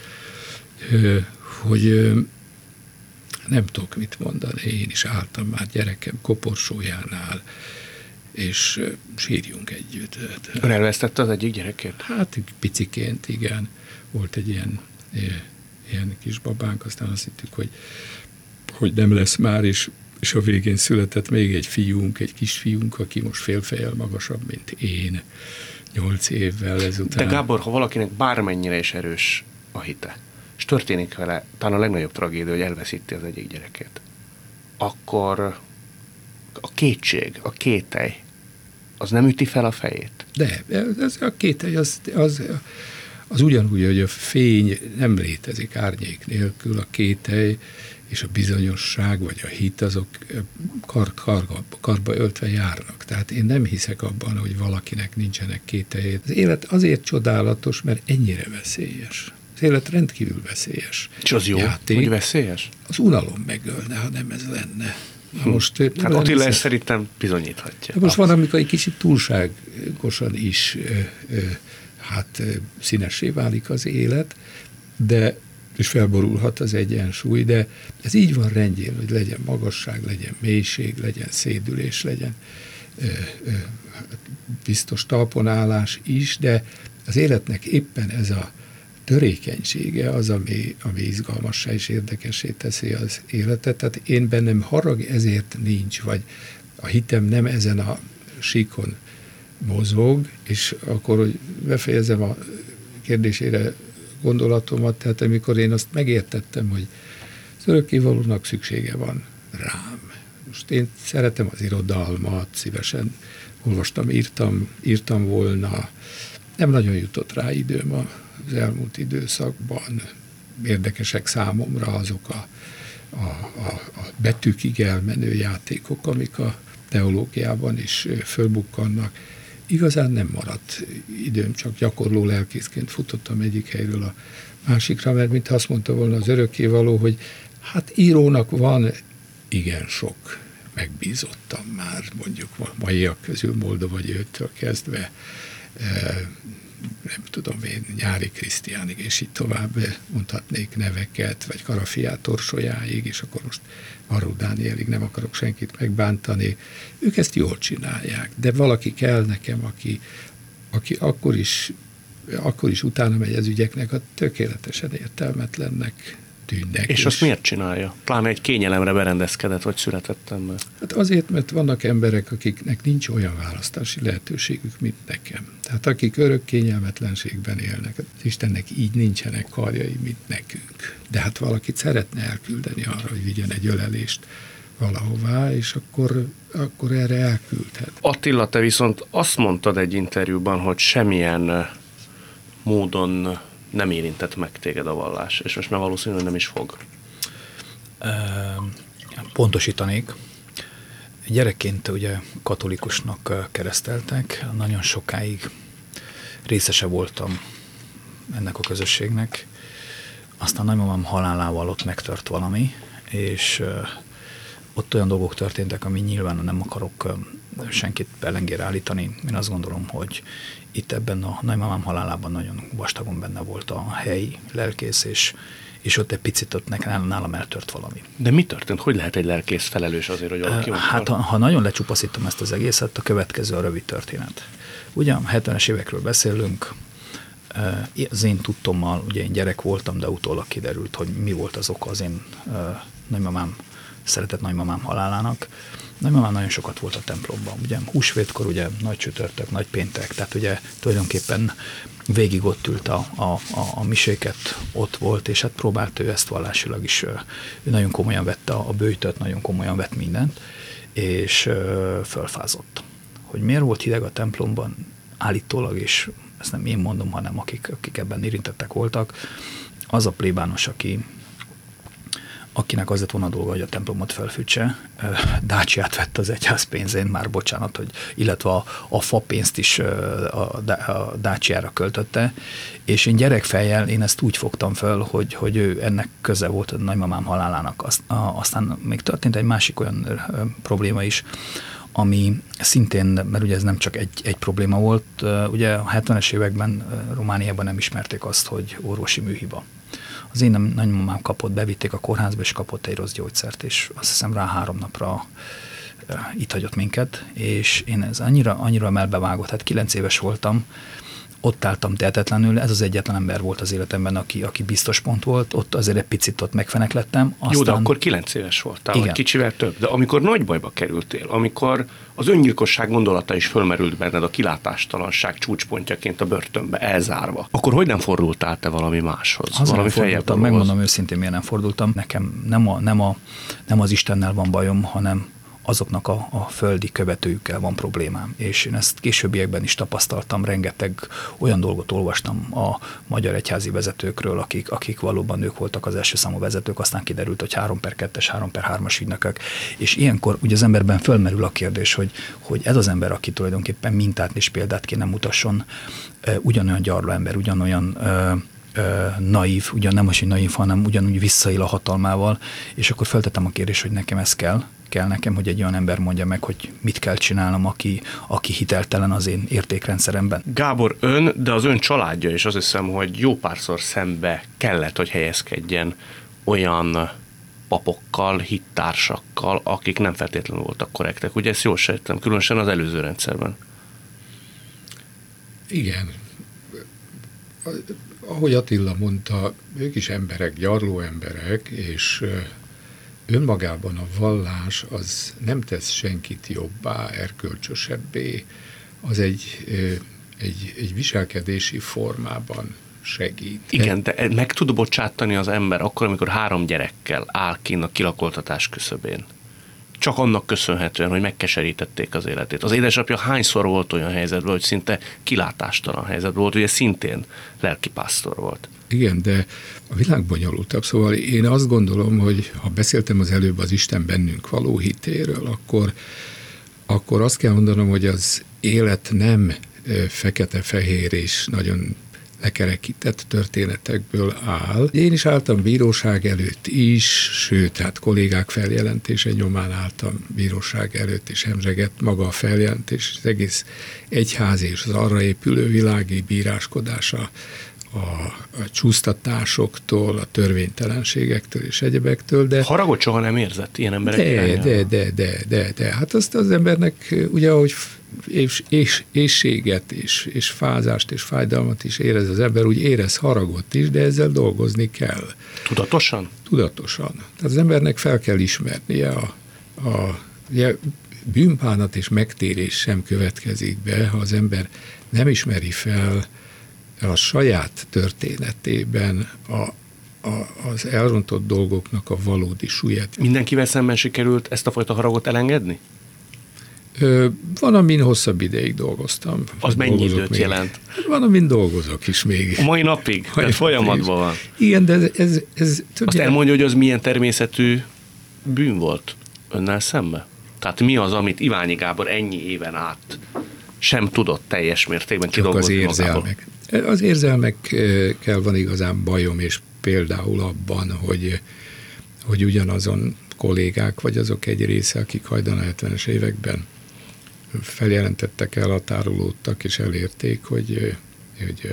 hogy nem tudok mit mondani, én is álltam már gyerekem koporsójánál, és sírjunk együtt. Ön elvesztette az egyik gyerekét? Hát piciként, igen. Volt egy ilyen, ilyen kis babánk, aztán azt hittük, hogy, hogy nem lesz már, és, és a végén született még egy fiúnk, egy kisfiúnk, aki most félfejjel magasabb, mint én, nyolc évvel ezután. De Gábor, ha valakinek bármennyire is erős a hite, és történik vele talán a legnagyobb tragédia, hogy elveszíti az egyik gyerekét, akkor a kétség, a kételj, az nem üti fel a fejét? De, ez a kételj, az, az, az ugyanúgy, hogy a fény nem létezik árnyék nélkül, a kételj és a bizonyosság, vagy a hit, azok kar, karba, karba öltve járnak. Tehát én nem hiszek abban, hogy valakinek nincsenek kételjét. Az élet azért csodálatos, mert ennyire veszélyes. Az élet rendkívül veszélyes. És az jó, játék, hogy veszélyes? Az unalom megölne, ha nem ez lenne. Hm. Most, hát Attila ezt szerintem bizonyíthatja. Most van, amikor egy kicsit túlságosan is hát színessé válik az élet, de és felborulhat az egyensúly, de ez így van rendjén, hogy legyen magasság, legyen mélység, legyen szédülés, legyen biztos talponállás is, de az életnek éppen ez a törékenysége az, ami, ami izgalmassá és érdekessé teszi az életet. Tehát én bennem harag ezért nincs, vagy a hitem nem ezen a síkon mozog, és akkor, hogy befejezem a kérdésére gondolatomat, tehát amikor én azt megértettem, hogy az örökkévalónak szüksége van rám. Most én szeretem az irodalmat, szívesen olvastam, írtam, írtam volna, nem nagyon jutott rá időm az elmúlt időszakban. Érdekesek számomra azok a, a, a, a betűkig elmenő játékok, amik a teológiában is fölbukkannak. Igazán nem maradt időm, csak gyakorló lelkészként futottam egyik helyről a másikra, mert mintha azt mondta volna az örökkévaló, hogy hát írónak van igen sok, megbízottam már, mondjuk maiak közül Moldova Györgytől kezdve, nem tudom én, Nyári Krisztiánig, és így tovább mondhatnék neveket, vagy Karafiát Orsolyáig, és akkor most Varró Dánielig nem akarok senkit megbántani. Ők ezt jól csinálják, de valaki kell nekem, aki, aki akkor is, akkor is utána megy az ügyeknek, a tökéletesen értelmetlennek tűnnek. És azt miért csinálja? Pláne egy kényelemre berendezkedett, vagy született ember? Hát azért, mert vannak emberek, akiknek nincs olyan választási lehetőségük, mint nekem. Tehát akik örök kényelmetlenségben élnek. Az Istennek így nincsenek karjai, mint nekünk. De hát valakit szeretne elküldeni arra, hogy vigyen egy ölelést valahová, és akkor, akkor erre elküldhet. Attila, te viszont azt mondtad egy interjúban, hogy semmilyen módon nem érintett meg téged a vallás, és most már valószínűleg nem is fog. Pontosítanék. Gyerekként ugye katolikusnak kereszteltek, nagyon sokáig részese voltam ennek a közösségnek. Aztán nagymamám halálával ott megtört valami, és ott olyan dolgok történtek, ami nyilván nem akarok senkit pellengére állítani. Én azt gondolom, hogy itt ebben a nagymamám halálában nagyon vastagon benne volt a helyi lelkész, és, és ott egy picit ott nekem, nálam eltört valami. De mi történt? Hogy lehet egy lelkész felelős azért, hogy valaki Hát, ha, ha nagyon lecsupaszítom ezt az egészet, a következő a rövid történet. Ugye a hetvenes évekről beszélünk, az én tudtommal, ugye én gyerek voltam, de utólag kiderült, hogy mi volt az oka az én nagymamám, szeretett nagymamám halálának. Nagymamám nagyon sokat volt a templomban, ugye húsvétkor, ugye nagy csütörtök, nagy péntek, tehát ugye tulajdonképpen végig ott ült a, a, a, a miséket, ott volt, és hát próbált ő ezt vallásilag is, ő nagyon komolyan vette a bőjtöt, nagyon komolyan vett mindent, és fölfázott. Hogy miért volt hideg a templomban, állítólag, és ezt nem én mondom, hanem akik, akik ebben érintettek voltak, az a plébános, aki akinek az lett volna a dolga, hogy a templomot felfűtse, dácsiát vett az egyház pénzén, már bocsánat, hogy, illetve a, a fa pénzt is a, a dácsiára költötte, és én gyerekfejjel én ezt úgy fogtam fel, hogy, hogy ő ennek köze volt a nagymamám halálának. Azt, a, aztán még történt egy másik olyan probléma is, ami szintén, mert ugye ez nem csak egy, egy probléma volt, ugye a hetvenes években Romániában nem ismerték azt, hogy orvosi műhiba. Az én nagymamám kapott, bevitték a kórházba, és kapott egy rossz gyógyszert, és azt hiszem rá három napra itt hagyott minket, és én ez annyira, annyira melbevágott, hát kilenc éves voltam, ott álltam tehetetlenül, ez az egyetlen ember volt az életemben, aki, aki biztos pont volt, ott azért egy picit ott megfeneklettem. Aztán... Jó, de akkor kilenc éves voltál, igen. Vagy kicsivel több, de amikor nagy bajba kerültél, amikor az öngyilkosság gondolata is fölmerült benned a kilátástalanság csúcspontjaként a börtönbe, elzárva, akkor hogy nem fordultál te valami máshoz? Az valami fordultam, megmondom őszintén, miért nem fordultam. Nekem nem, a, nem, a, nem az Istennel van bajom, hanem azoknak a, a földi követőjükkel van problémám. És én ezt későbbiekben is tapasztaltam, rengeteg olyan dolgot olvastam a magyar egyházi vezetőkről, akik, akik valóban ők voltak az első számú vezetők, aztán kiderült, hogy három per kettes, három per hármas ügynökök. És ilyenkor ugye az emberben fölmerül a kérdés, hogy, hogy ez az ember, aki tulajdonképpen mintát és példát kéne mutasson, ugyanolyan gyarló ember, ugyanolyan naív, ugyan nem most, hogy naív, hanem ugyanúgy visszaél a hatalmával, és akkor feltettem a kérdést, hogy nekem ez kell, kell nekem, hogy egy olyan ember mondja meg, hogy mit kell csinálnom, aki, aki hiteltelen az én értékrendszeremben. Gábor, ön, de az ön családja is azt hiszem, hogy jó párszor szembe kellett, hogy helyezkedjen olyan papokkal, hittársakkal, akik nem feltétlenül voltak korrektek. Ugye ezt jól sejtem, különösen az előző rendszerben. Igen. Ahogy Attila mondta, ők is emberek, gyarló emberek, és önmagában a vallás az nem tesz senkit jobbá, erkölcsösebbé, az egy, egy, egy viselkedési formában segít. Igen, de meg tud bocsátani az ember akkor, amikor három gyerekkel áll kinn a kilakoltatás küszöbén. Csak annak köszönhetően, hogy megkeserítették az életét. Az édesapja hányszor volt olyan helyzetben, hogy szinte kilátástalan helyzetben volt, ugye szintén lelkipásztor volt. Igen, de a világ bonyolultabb. Szóval én azt gondolom, hogy ha beszéltem az előbb az Isten bennünk való hitéről, akkor, akkor azt kell mondanom, hogy az élet nem fekete-fehér és nagyon lekerekített történetekből áll. Én is álltam bíróság előtt is, sőt, hát kollégák feljelentése nyomán álltam bíróság előtt, és hemzsegett maga a feljelentés, az egész egyház és az arra épülő világi bíráskodása a, a csúsztatásoktól, a törvénytelenségektől és egyebektől, de... Haragot soha nem érzett ilyen emberek de, irányába? De, de, de, de, de. Hát azt az embernek ugye, ahogy és, és, éhséget és, és fázást és fájdalmat is érez az ember, úgy érez haragot is, de ezzel dolgozni kell. Tudatosan? Tudatosan. Tehát az embernek fel kell ismernie a, a ugye, bűnbánat és megtérés sem következik be, ha az ember nem ismeri fel a saját történetében a, a, az elrontott dolgoknak a valódi súlyát. Mindenkivel szemben sikerült ezt a fajta haragot elengedni? Ö, van, amin hosszabb ideig dolgoztam. Az mennyi időt még jelent? Van, amin dolgozok is még. A mai napig? Tehát folyamatban van. Igen, de ez... ez, ez Azt elmondja, hogy az milyen természetű bűn volt önnel szembe? Tehát mi az, amit Iványi Gábor ennyi éven át sem tudott teljes mértékben kidolgozni az érzelmek. Magából? Az érzelmekkel van igazán bajom, és például abban, hogy, hogy ugyanazon kollégák, vagy azok egy része, akik hajdan a hetvenes években feljelentettek, elhatárolódtak és elérték, hogy, hogy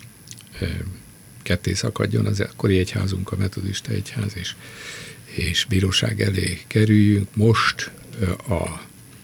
ketté szakadjon az akkori egyházunk, a metodista egyház, és, és bíróság elé kerüljünk. Most a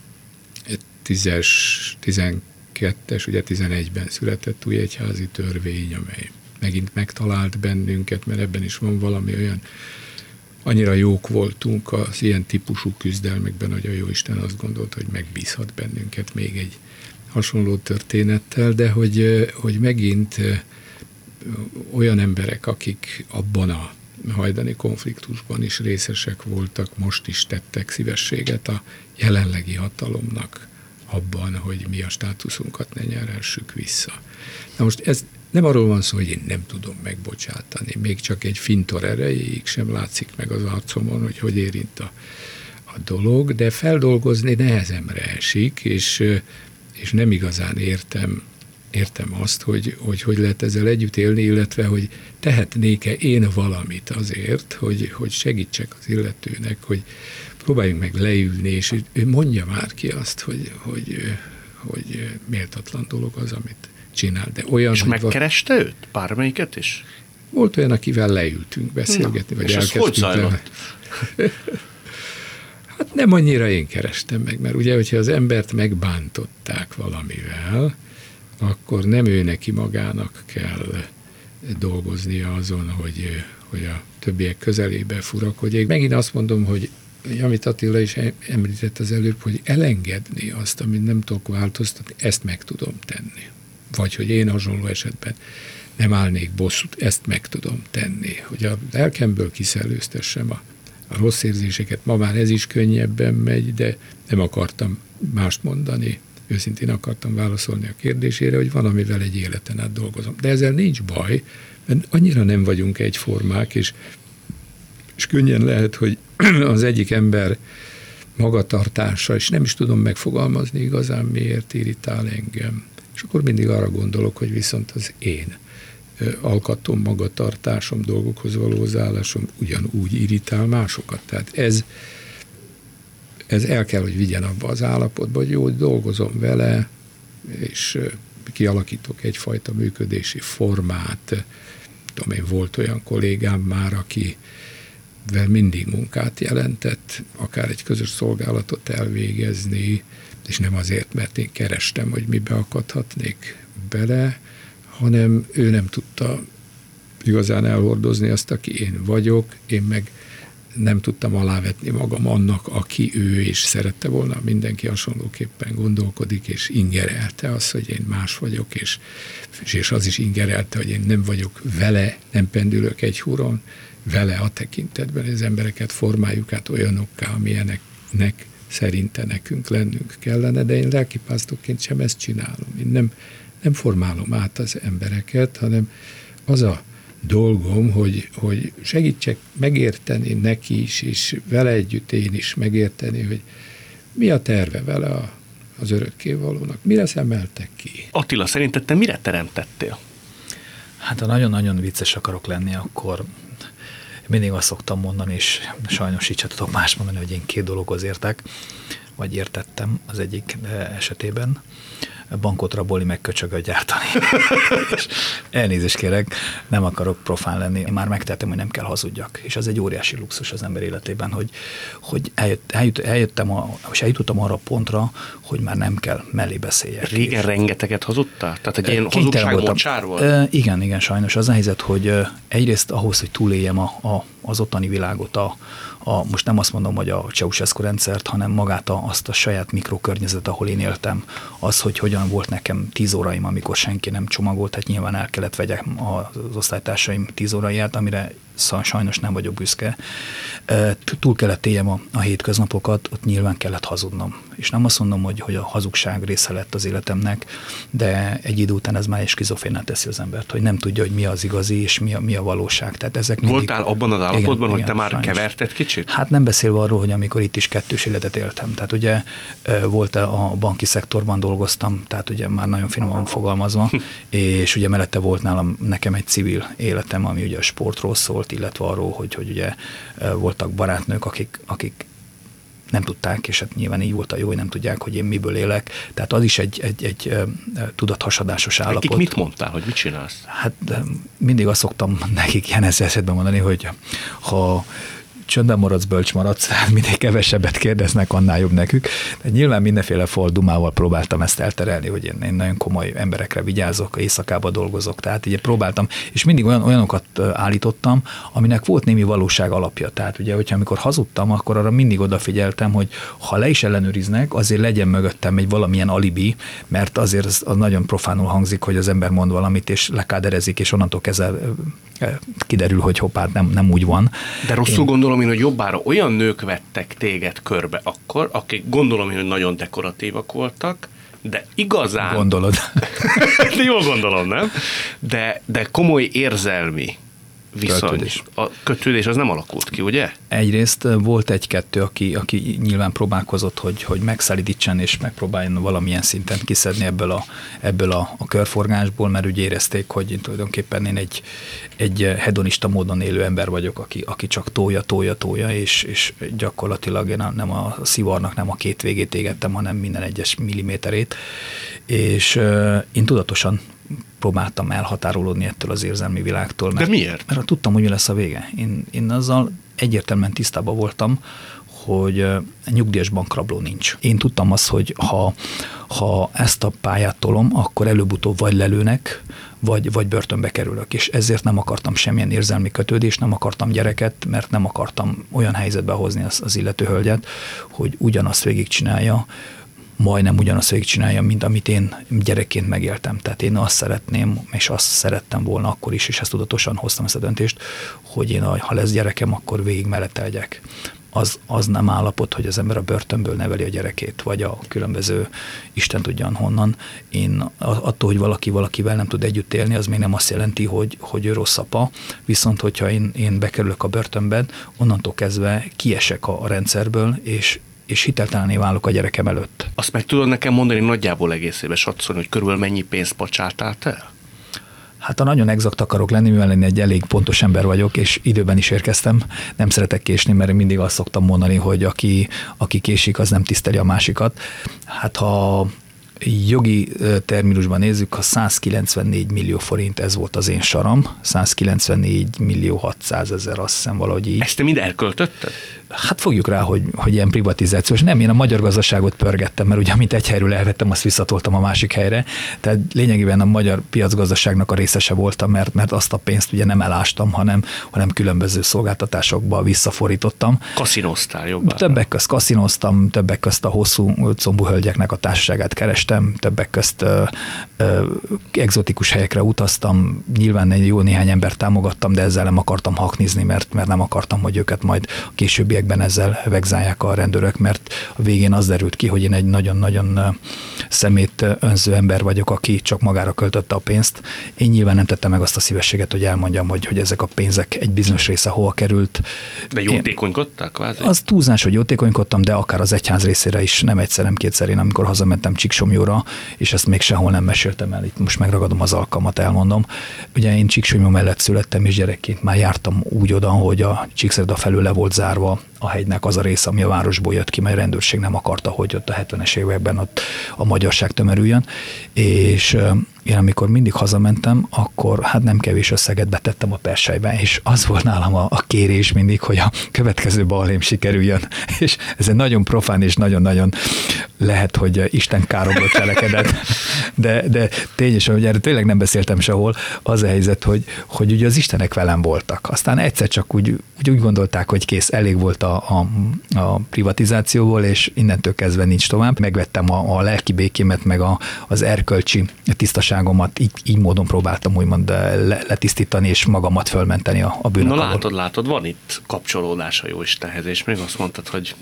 tízes, tizenkettes, ugye tizenegyben született új egyházi törvény, amely megint megtalált bennünket, mert ebben is van valami olyan, annyira jók voltunk az ilyen típusú küzdelmekben, hogy a Jóisten azt gondolt, hogy megbízhat bennünket még egy hasonló történettel, de hogy, hogy megint olyan emberek, akik abban a hajdani konfliktusban is részesek voltak, most is tettek szívességet a jelenlegi hatalomnak abban, hogy mi a státuszunkat ne nyerhessük vissza. Na most ez nem arról van szó, hogy én nem tudom megbocsátani, még csak egy fintor erejéig sem látszik meg az arcomon, hogy hogy érint a, a dolog, de feldolgozni nehezemre esik, és, és nem igazán értem, értem azt, hogy, hogy hogy lehet ezzel együtt élni, illetve hogy tehetnék-e én valamit azért, hogy, hogy segítsek az illetőnek, hogy próbáljunk meg leülni, és ő mondja már ki azt, hogy, hogy, hogy méltatlan dolog az, amit csinál. De olyan, és megkereste val- őt? Bármelyiket is? Volt olyan, akivel leültünk beszélgetni, Na, vagy és ez hogy zajlott? Hát nem annyira én kerestem meg, mert ugye, hogyha az embert megbántották valamivel, akkor nem ő neki magának kell dolgoznia azon, hogy, hogy a többiek közelébe furakodjék. Megint azt mondom, hogy amit Attila is említett az előbb, hogy elengedni azt, amit nem tudok változtatni, ezt meg tudom tenni. Vagy hogy én hasonló esetben nem állnék bosszút, ezt meg tudom tenni. Hogy a lelkemből kiszellőztessem a, a rossz érzéseket. Ma már ez is könnyebben megy, de nem akartam mást mondani. Őszintén akartam válaszolni a kérdésére, hogy van, amivel egy életen át dolgozom. De ezzel nincs baj, mert annyira nem vagyunk egyformák, és, és könnyen lehet, hogy az egyik ember magatartása, és nem is tudom megfogalmazni igazán, miért irritál engem. És akkor mindig arra gondolok, hogy viszont az én alkatom, magatartásom, dolgokhoz való hozzáállásom ugyanúgy irritál másokat. Tehát ez, ez el kell, hogy vigyen abba az állapotba, hogy jó, hogy dolgozom vele, és kialakítok egyfajta működési formát. Tudom én, volt olyan kollégám már, aki mindig munkát jelentett, akár egy közös szolgálatot elvégezni, és nem azért, mert én kerestem, hogy mibe akadhatnék bele, hanem ő nem tudta igazán elhordozni azt, aki én vagyok, én meg nem tudtam alávetni magam annak, aki ő, és szerette volna, mindenki hasonlóképpen gondolkodik, és ingerelte azt, hogy én más vagyok, és, és az is ingerelte, hogy én nem vagyok vele, nem pendülök egy húron, vele a tekintetben, hogy az embereket formáljuk át olyanokká, amilyeneknek szerinte nekünk lennünk kellene, de én lelkipásztorként sem ezt csinálom. Én nem, nem formálom át az embereket, hanem az a dolgom, hogy, hogy segítsek megérteni neki is, és vele együtt én is megérteni, hogy mi a terve vele a, az örökkévalónak. Mire szemeltek ki? Attila, szerinted te mire teremtettél? Hát ha nagyon-nagyon vicces akarok lenni, akkor mindig azt szoktam mondani, és sajnos így sem tudok más mondani, hogy én két dologhoz értek, vagy értettem az egyik esetében. Bankot rabolni, meg köcsögöt gyártani. És elnézést kérek, nem akarok profán lenni. Én már megtettem, hogy nem kell hazudjak. És az egy óriási luxus az ember életében, hogy, hogy eljött, eljött, eljöttem, a, és eljutottam arra a pontra, hogy már nem kell mellé beszéljek. Régen és rengeteget hazudtál? Tehát egy ilyen hazugságbocsár volt? E, igen, igen, sajnos. Az a helyzet, hogy egyrészt ahhoz, hogy túléljem a, a, az ottani világot, a, a, most nem azt mondom, hogy a Ceausescu rendszert, hanem magát a, azt a saját mikrokörnyezet, ahol én éltem, az, hogy hogyan volt nekem tíz óraim, amikor senki nem csomagolt, tehát nyilván el kellett vegyek az osztálytársaim tíz óráját, amire sajnos nem vagyok büszke. Túl kellett éljem a, a hétköznapokat, ott nyilván kellett hazudnom. És nem azt mondom, hogy, hogy a hazugság része lett az életemnek, de egy idő után ez már egy skizofrénná teszi az embert, hogy nem tudja, hogy mi az igazi, és mi a, mi a valóság. Tehát ezek mindig... Voltál abban az állapotban, igen, hogy igen, te már sajnos keverted kicsit? Hát nem beszélve arról, hogy amikor itt is kettős életet éltem. Tehát ugye volt a banki szektorban dolgoztam, tehát ugye már nagyon finoman fogalmazva, és ugye mellette volt nálam nekem egy civil életem, ami ugye a sportról szól, volt, illetve arról, hogy, hogy ugye voltak barátnők, akik, akik nem tudták, és hát nyilván így volt a jó, hogy nem tudják, hogy én miből élek. Tehát az is egy, egy, egy tudathasadásos állapot. Nekik mit mondtál, hogy mit csinálsz? Hát mindig azt szoktam nekik ilyen esetben mondani, hogy ha csöndben maradsz, bölcs maradsz, tehát minél kevesebbet kérdeznek, annál jobb nekük. De nyilván mindenféle faldumával próbáltam ezt elterelni, hogy én, én nagyon komoly emberekre vigyázok, éjszakába dolgozok, tehát ugye próbáltam, és mindig olyan, olyanokat állítottam, aminek volt némi valóság alapja. Tehát ugye, hogyha amikor hazudtam, akkor arra mindig odafigyeltem, hogy ha le is ellenőriznek, azért legyen mögöttem egy valamilyen alibi, mert azért az, az nagyon profánul hangzik, hogy az ember mond valamit, és lekáderezik, és onnantól kezdve kiderül, hogy hoppát nem, nem úgy van. De rosszul én... gondolom én, hogy jobbára olyan nők vettek téged körbe akkor, akik gondolom én, hogy nagyon dekoratívak voltak, de igazán... Gondolod. De jól gondolom, nem? De, de komoly érzelmi viszony. Kötődés. A kötődés az nem alakult ki, ugye? Egyrészt volt egy-kettő, aki, aki nyilván próbálkozott, hogy, hogy megszelidítsen és megpróbáljon valamilyen szinten kiszedni ebből a, ebből a, a körforgásból, mert úgy érezték, hogy tulajdonképpen én egy, egy hedonista módon élő ember vagyok, aki, aki csak tolja, tolja, tolja, és, és gyakorlatilag én nem a szivarnak nem a két végét égettem, hanem minden egyes milliméterét, és uh, én tudatosan próbáltam elhatárolódni ettől az érzelmi világtól. Mert, De miért? Mert tudtam, hogy mi lesz a vége. Én, én azzal egyértelműen tisztában voltam, hogy nyugdíjas bankrabló nincs. Én tudtam azt, hogy ha, ha ezt a pályát tolom, akkor előbb-utóbb vagy lelőnek, vagy, vagy börtönbe kerülök. És ezért nem akartam semmilyen érzelmi kötődést, nem akartam gyereket, mert nem akartam olyan helyzetbe hozni az, az illető hölgyet, hogy ugyanazt végigcsinálja, majdnem ugyanazt végigcsinálja, mint amit én gyerekként megéltem. Tehát én azt szeretném, és azt szerettem volna akkor is, és ezt tudatosan hoztam ezt a döntést, hogy én, ha lesz gyerekem, akkor végig mellette legyek. Az, az nem állapot, hogy az ember a börtönből neveli a gyerekét, vagy a különböző Isten tudjan honnan. Én attól, hogy valaki valakivel nem tud együtt élni, az még nem azt jelenti, hogy, hogy ő rossz apa, viszont hogyha én, én bekerülök a börtönben, onnantól kezdve kiesek a, a rendszerből, és és hiteltelené válok a gyerekem előtt. Azt meg tudod nekem mondani nagyjából egészében, satszolni, hogy körülbelül mennyi pénzt pacsáltál el? Hát ha nagyon exakt akarok lenni, mivel én egy elég pontos ember vagyok, és időben is érkeztem, nem szeretek késni, mert én mindig azt szoktam mondani, hogy aki, aki késik, az nem tiszteli a másikat. Hát ha jogi terminusban nézzük, ha százkilencvennégy millió forint, ez volt az én saram, százkilencvennégy millió hatszázezer, azt hiszem valahogy így. Ezt te mind elköltötted? Hát fogjuk rá, hogy, hogy ilyen privatizációs. Nem, én a magyar gazdaságot pörgettem, mert ugye amit egy helyről elvettem, azt visszatoltam a másik helyre. Tehát lényegében a magyar piacgazdaságnak a részese voltam, mert, mert azt a pénzt ugye nem elástam, hanem, hanem különböző szolgáltatásokba visszafordítottam. Kaszinoztál jobban? Többek közt kaszinoztam, többek közt a hosszú combú hölgyeknek a társaságát kerestem, többek közt ö, ö, egzotikus helyekre utaztam, nyilván egy jó néhány embert támogattam, de ezzel nem akartam haknizni, mert, mert nem akartam, hogy őket majd későbbiekben ezzel vegzálják a rendőrök, mert a végén az derült ki, hogy én egy nagyon-nagyon szemét önző ember vagyok, aki csak magára költötte a pénzt. Én nyilván nem tettem meg azt a szívességet, hogy elmondjam, hogy, hogy ezek a pénzek egy bizonyos része hova került. De jótékonykodtál kvázi? Az túlzás, hogy jótékonykodtam, de akár az egyház részére is nem egyszer, nem kétszer. Én amikor hazamentem Csíksomlyóra, és ezt még sehol nem meséltem el, itt most megragadom az alkalmat, elmondom. Ugye én Csíksomlyó mellett születtem, és gyerekként már jártam úgy oda, hogy a Csíkszereda felül le volt zárva a hegynek az a része, ami a városból jött ki, mert a rendőrség nem akarta, hogy ott a hetvenes években ott a magyarság tömörüljön, és én amikor mindig hazamentem, akkor hát nem kevés összeget betettem a perselybe, és az volt nálam a, a kérés mindig, hogy a következő balhém sikerüljön, és ez egy nagyon profán és nagyon-nagyon lehet, hogy Isten káromból cselekedett, de, de tényleg, hogy erről tényleg nem beszéltem sehol, az a helyzet, hogy, hogy ugye az Istenek velem voltak. Aztán egyszer csak úgy, úgy, úgy gondolták, hogy kész, elég volt a, a, a privatizációból, és innentől kezdve nincs tovább. Megvettem a, a lelki békémet, meg a, az erkölcsi tisztaságomat, így, így módon próbáltam úgymond le, letisztítani, és magamat fölmenteni a, a bűnök. Na látod, látod, van itt kapcsolódás a Jóistenhez, és még azt mondtad, hogy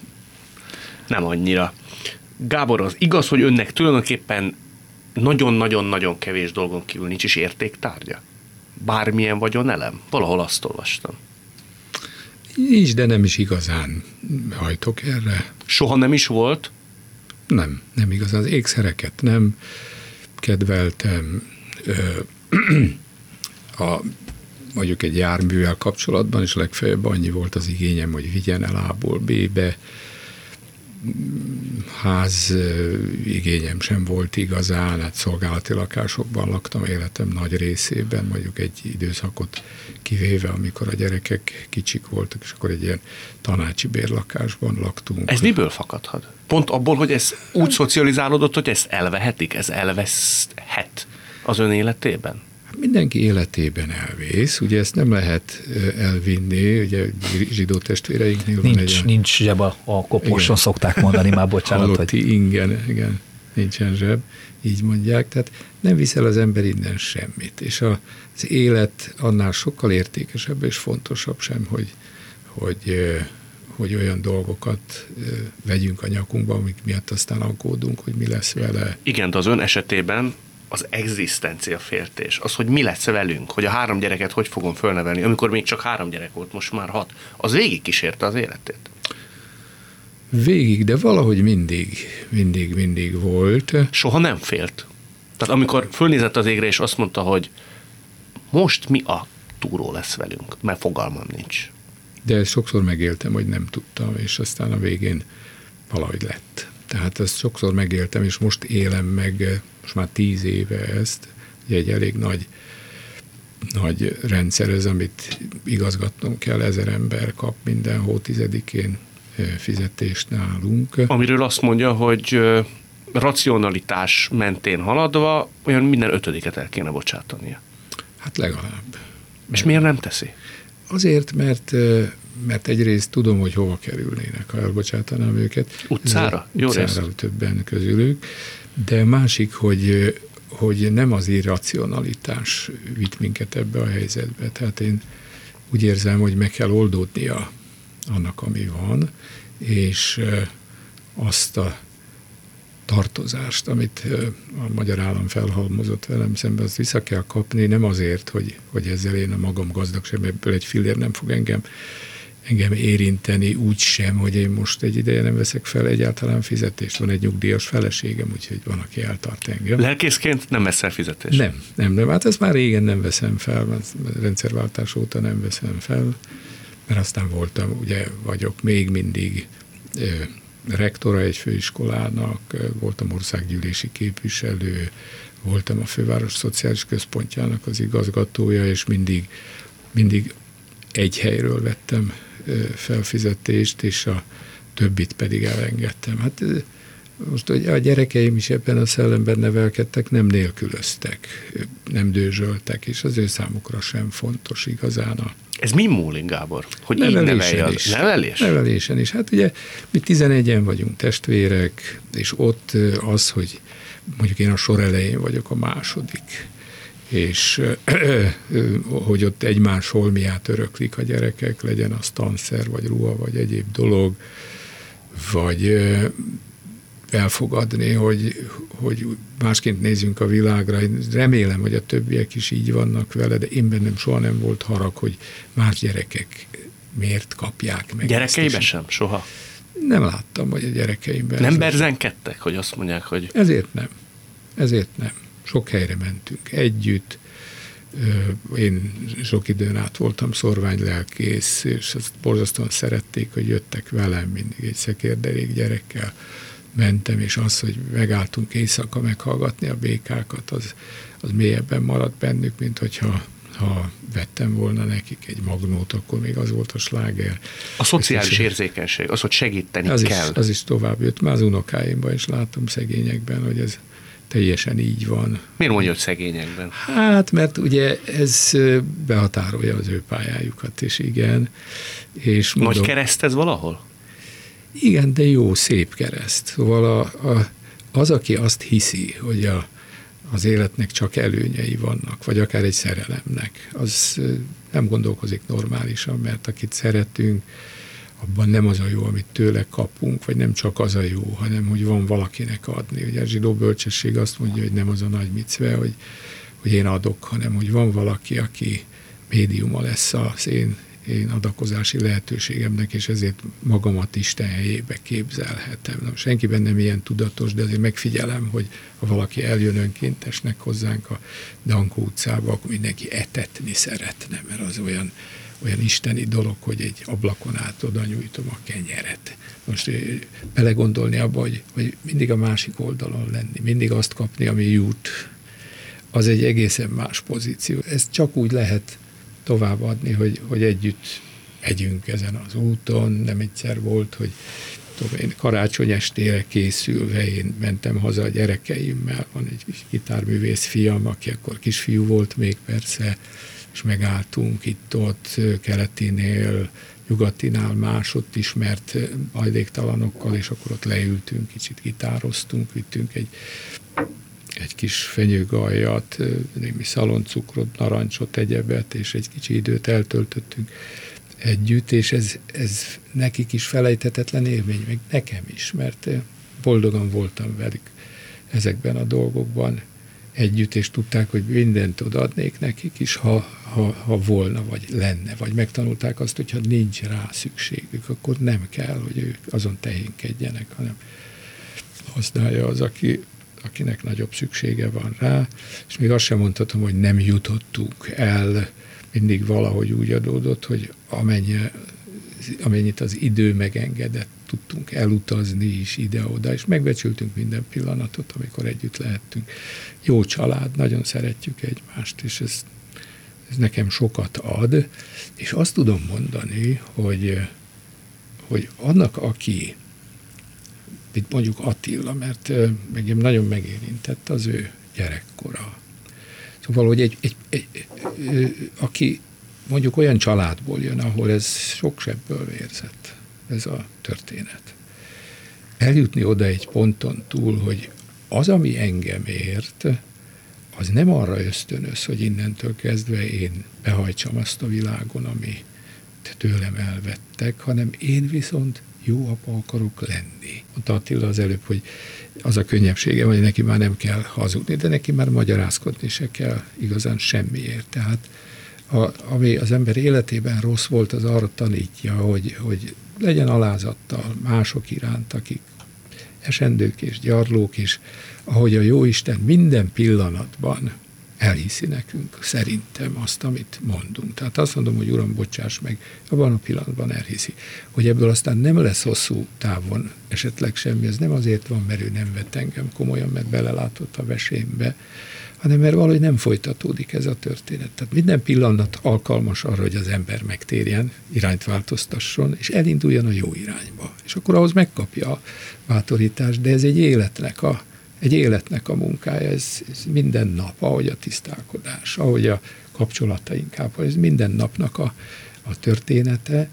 nem annyira. Gábor, az igaz, hogy önnek tulajdonképpen nagyon-nagyon-nagyon kevés dolgon kívül nincs is értéktárgya? Bármilyen vagyonelem? Valahol azt olvastam. Nincs, de nem is igazán hajtok erre. Soha nem is volt? Nem, nem igazán. Az ékszereket nem kedveltem. A mondjuk egy járművel kapcsolatban, és legfeljebb annyi volt az igényem, hogy vigyen el A-ból B-be. Ház igényem sem volt igazán, hát szolgálati lakásokban laktam életem nagy részében, mondjuk egy időszakot kivéve, amikor a gyerekek kicsik voltak, és akkor egy ilyen tanácsi bérlakásban laktunk. Ez miből fakadhat? Pont abból, hogy ez úgy szocializálódott, hogy ezt elvehetik, ez elveszhet az ön életében? Mindenki életében elvész, ugye ezt nem lehet elvinni, ugye zsidó testvéreinknél nincs, van egy... Nincs zseb a, a koposon, szokták mondani, már bocsánat. Halotti hogy... ingen, igen, nincsen zseb, így mondják, tehát nem viszel az ember innen semmit, és az élet annál sokkal értékesebb és fontosabb sem, hogy, hogy, hogy olyan dolgokat vegyünk a nyakunkba, amik miatt aztán aggódunk, hogy mi lesz vele. Igen, de az ön esetében az egzisztencia féltés, az, hogy mi lesz velünk, hogy a három gyereket hogy fogom fölnevelni, amikor még csak három gyerek volt, most már hat, az végig kísérte az életét. Végig, de valahogy mindig, mindig, mindig volt. Soha nem félt. Tehát amikor fölnézett az égre, és azt mondta, hogy most mi a túró lesz velünk, mert fogalmam nincs. De ezt sokszor megéltem, hogy nem tudtam, és aztán a végén valahogy lett. Tehát ezt sokszor megéltem, és most élem meg, most már tíz éve ezt, ugye egy elég nagy, nagy rendszer ez, amit igazgatnom kell, ezer ember kap minden hó tizedikén fizetést nálunk. Amiről azt mondja, hogy racionalitás mentén haladva olyan minden ötödiket el kéne bocsátania. Hát legalább. És miért nem teszi? Azért, mert, mert egyrészt tudom, hogy hova kerülnének, ha elbocsátanám őket. Utcára? Jó Utcára rész. Többen közülük. De másik, hogy, hogy nem az irracionalitás vitt minket ebbe a helyzetbe. Tehát én úgy érzem, hogy meg kell oldódnia annak, ami van, és azt a tartozást, amit a magyar állam felhalmozott velem szemben, azt vissza kell kapni, nem azért, hogy, hogy ezzel én a magam gazdagság, ebből egy fillér nem fog engem, engem érinteni, úgy sem, hogy én most egy ideje nem veszek fel egyáltalán fizetést. Van egy nyugdíjas feleségem, úgyhogy van, aki eltart engem. Lelkészként nem veszel fizetést? Nem, nem, nem. Hát ezt már régen nem veszem fel, mert rendszerváltás óta nem veszem fel, mert aztán voltam, ugye vagyok még mindig rektora egy főiskolának, voltam országgyűlési képviselő, voltam a főváros szociális központjának az igazgatója, és mindig, mindig egy helyről vettem felfizetést, és a többit pedig elengedtem. Hát most a gyerekeim is ebben a szellemben nevelkedtek, nem nélkülöztek, nem dőzsöltek, és az ő számukra sem fontos igazán a Ez mi múlik, Gábor? Hogy így nevelje az nevelés? Nevelésen is. Hát ugye mi tizenegyen vagyunk testvérek, és ott az, hogy mondjuk én a sor elején vagyok a második, és hogy ott egymás holmiát öröklik a gyerekek, legyen az tanszer, vagy ruha, vagy egyéb dolog, vagy elfogadni, hogy, hogy másként nézzünk a világra. Én remélem, hogy a többiek is így vannak vele, de én bennem soha nem volt harag, hogy más gyerekek miért kapják meg. Gyerekeiben sem? Soha? Nem láttam, hogy a gyerekeimben. Nem berzenkedtek, hogy azt mondják, hogy... Ezért nem. Ezért nem. Sok helyre mentünk együtt. Én sok időn át voltam szorványlelkész, és azt borzasztóan szerették, hogy jöttek velem mindig egy szekérderék gyerekkel. Mentem, és az, hogy megálltunk éjszaka meghallgatni a békákat, az, az mélyebben maradt bennük, mint hogyha ha vettem volna nekik egy magnót, akkor még az volt a sláger. A szociális is, érzékenység, az, hogy segíteni az kell. Is, az is tovább jött. Már az unokáimban is látom szegényekben, hogy ez teljesen így van. Miért mondja, hogy szegényekben? Hát, mert ugye ez behatárolja az ő pályájukat, és igen. És mondom, nagy kereszt ez valahol? Igen, de jó, szép kereszt. Szóval a, a, az, aki azt hiszi, hogy a, az életnek csak előnyei vannak, vagy akár egy szerelemnek, az nem gondolkozik normálisan, mert akit szeretünk, abban nem az a jó, amit tőle kapunk, vagy nem csak az a jó, hanem hogy van valakinek adni. Ugye a zsidó bölcsesség azt mondja, hogy nem az a nagy micve, hogy, hogy én adok, hanem hogy van valaki, aki médiuma lesz az én én adakozási lehetőségemnek, és ezért magamat Isten helyébe képzelhetem. Na, senkiben nem ilyen tudatos, de azért megfigyelem, hogy ha valaki eljön önkéntesnek hozzánk a Dankó utcába, akkor mindenki etetni szeretne, mert az olyan, olyan isteni dolog, hogy egy ablakon át oda nyújtom a kenyeret. Most belegondolni abba, hogy, hogy mindig a másik oldalon lenni, mindig azt kapni, ami jut, az egy egészen más pozíció. Ezt csak úgy lehet továbbadni, hogy, hogy együtt megyünk ezen az úton. Nem egyszer volt, hogy tudom én, karácsony estére készülve én mentem haza a gyerekeimmel, van egy kis gitárművész fiam, aki akkor kisfiú volt még persze, és megálltunk itt-ott, keletinél, nyugatinál, másott ismert hajléktalanokkal, és akkor ott leültünk, kicsit gitároztunk, vittünk egy egy kis fenyőgajjat, némi szaloncukrot, narancsot, egyebet, és egy kicsi időt eltöltöttünk együtt, és ez, ez nekik is felejthetetlen élmény, meg nekem is, mert boldogan voltam velük ezekben a dolgokban együtt, és tudták, hogy mindent odaadnék nekik is, ha, ha, ha volna, vagy lenne, vagy megtanulták azt, hogyha nincs rá szükségük, akkor nem kell, hogy ők azon tehénkedjenek, hanem használja az, aki akinek nagyobb szüksége van rá, és még azt sem mondhatom, hogy nem jutottunk el, mindig valahogy úgy adódott, hogy amennyi, amennyit az idő megengedett, tudtunk elutazni is ide-oda, és megbecsültünk minden pillanatot, amikor együtt lehettünk. Jó család, nagyon szeretjük egymást, és ez, ez nekem sokat ad, és azt tudom mondani, hogy, hogy annak, aki itt mondjuk Attila, mert engem nagyon megérintett az ő gyerekkora. Szóval, hogy egy, egy, egy, egy, aki mondjuk olyan családból jön, ahol ez sok sebből vérzett, ez a történet. Eljutni oda egy ponton túl, hogy az, ami engem ért, az nem arra ösztönöz, hogy innentől kezdve én behajtsam azt a világon, ami tőlem elvettek, hanem én viszont jó apa akarok lenni. Mondta Attila az előbb, hogy az a könnyebbsége, hogy neki már nem kell hazudni, de neki már magyarázkodni se kell igazán semmiért. Tehát a, ami az ember életében rossz volt, az arra tanítja, hogy, hogy legyen alázattal mások iránt, akik esendők és gyarlók, és ahogy a Jóisten minden pillanatban elhiszi nekünk, szerintem azt, amit mondunk. Tehát azt mondom, hogy Uram, bocsáss meg, abban a pillanatban elhiszi. Hogy ebből aztán nem lesz hosszú távon esetleg semmi, ez nem azért van, mert ő nem vett engem komolyan, mert belelátott a vesémbe, hanem mert valahogy nem folytatódik ez a történet. Tehát minden pillanat alkalmas arra, hogy az ember megtérjen, irányt változtasson, és elinduljon a jó irányba. És akkor ahhoz megkapja a bátorítást, de ez egy életnek a Egy életnek a munkája, ez, ez minden nap, ahogy a tisztálkodás, ahogy a kapcsolataink, ez minden napnak a, a története,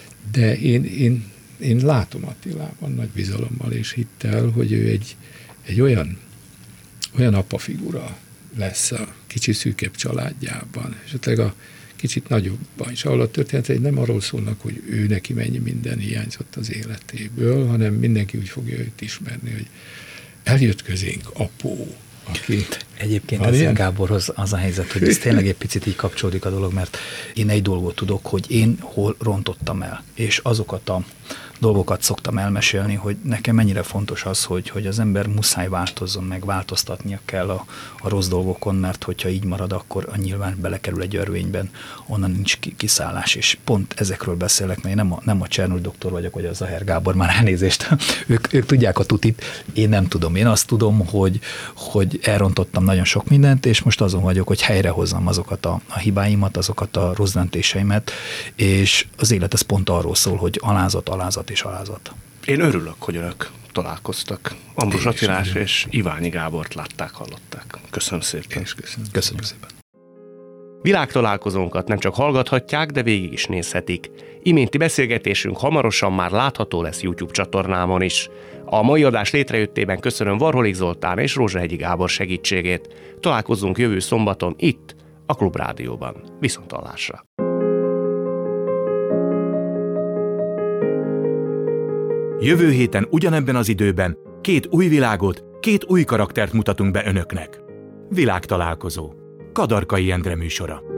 de én, én, én látom Attilában nagy bizalommal és hittel, hogy ő egy, egy olyan, olyan apafigura lesz a kicsi szűkebb családjában, esetleg a kicsit nagyobban is, ahol a történetek nem arról szólnak, hogy ő neki mennyi minden hiányzott az életéből, hanem mindenki úgy fogja őt ismerni, hogy eljött közénk apó, aki... Egyébként ezzel Gáborhoz az a helyzet, hogy ez tényleg egy picit így kapcsolódik a dolog, mert én egy dolgot tudok, hogy én hol rontottam el, és azokat a dolgokat szoktam elmesélni, hogy nekem mennyire fontos az, hogy, hogy az ember muszáj változzon, meg változtatnia kell a, a rossz dolgokon, mert hogyha így marad, akkor a nyilván belekerül egy örvényben, onnan nincs kiszállás, és pont ezekről beszélek, mert én nem a, nem a Csernus doktor vagyok, vagy a Zaher Gábor, már elnézést, ők, ők tudják a tutit, én nem tudom. Én azt tudom, hogy, hogy elrontottam nagyon sok mindent, és most azon vagyok, hogy helyrehozzam azokat a, a hibáimat, azokat a rossz döntéseimet, és az élet ez pont arról szól, hogy alázat, alázat és alázat. Én örülök, hogy önök találkoztak. Ambrus Attilás és Iványi Gábort látták, hallották. Köszönöm szépen. És köszönöm. Köszönöm szépen. Világtalálkozónkat nem csak hallgathatják, de végig is nézhetik. Iménti beszélgetésünk hamarosan már látható lesz YouTube csatornámon is. A mai adás létrejöttében köszönöm Varholik Zoltán és Rózsahegyi Gábor segítségét. Találkozzunk jövő szombaton itt, a Klubrádióban. Viszonthallásra! Jövő héten ugyanebben az időben két új világot, két új karaktert mutatunk be önöknek. Világtalálkozó. Kadarkai Endre műsora.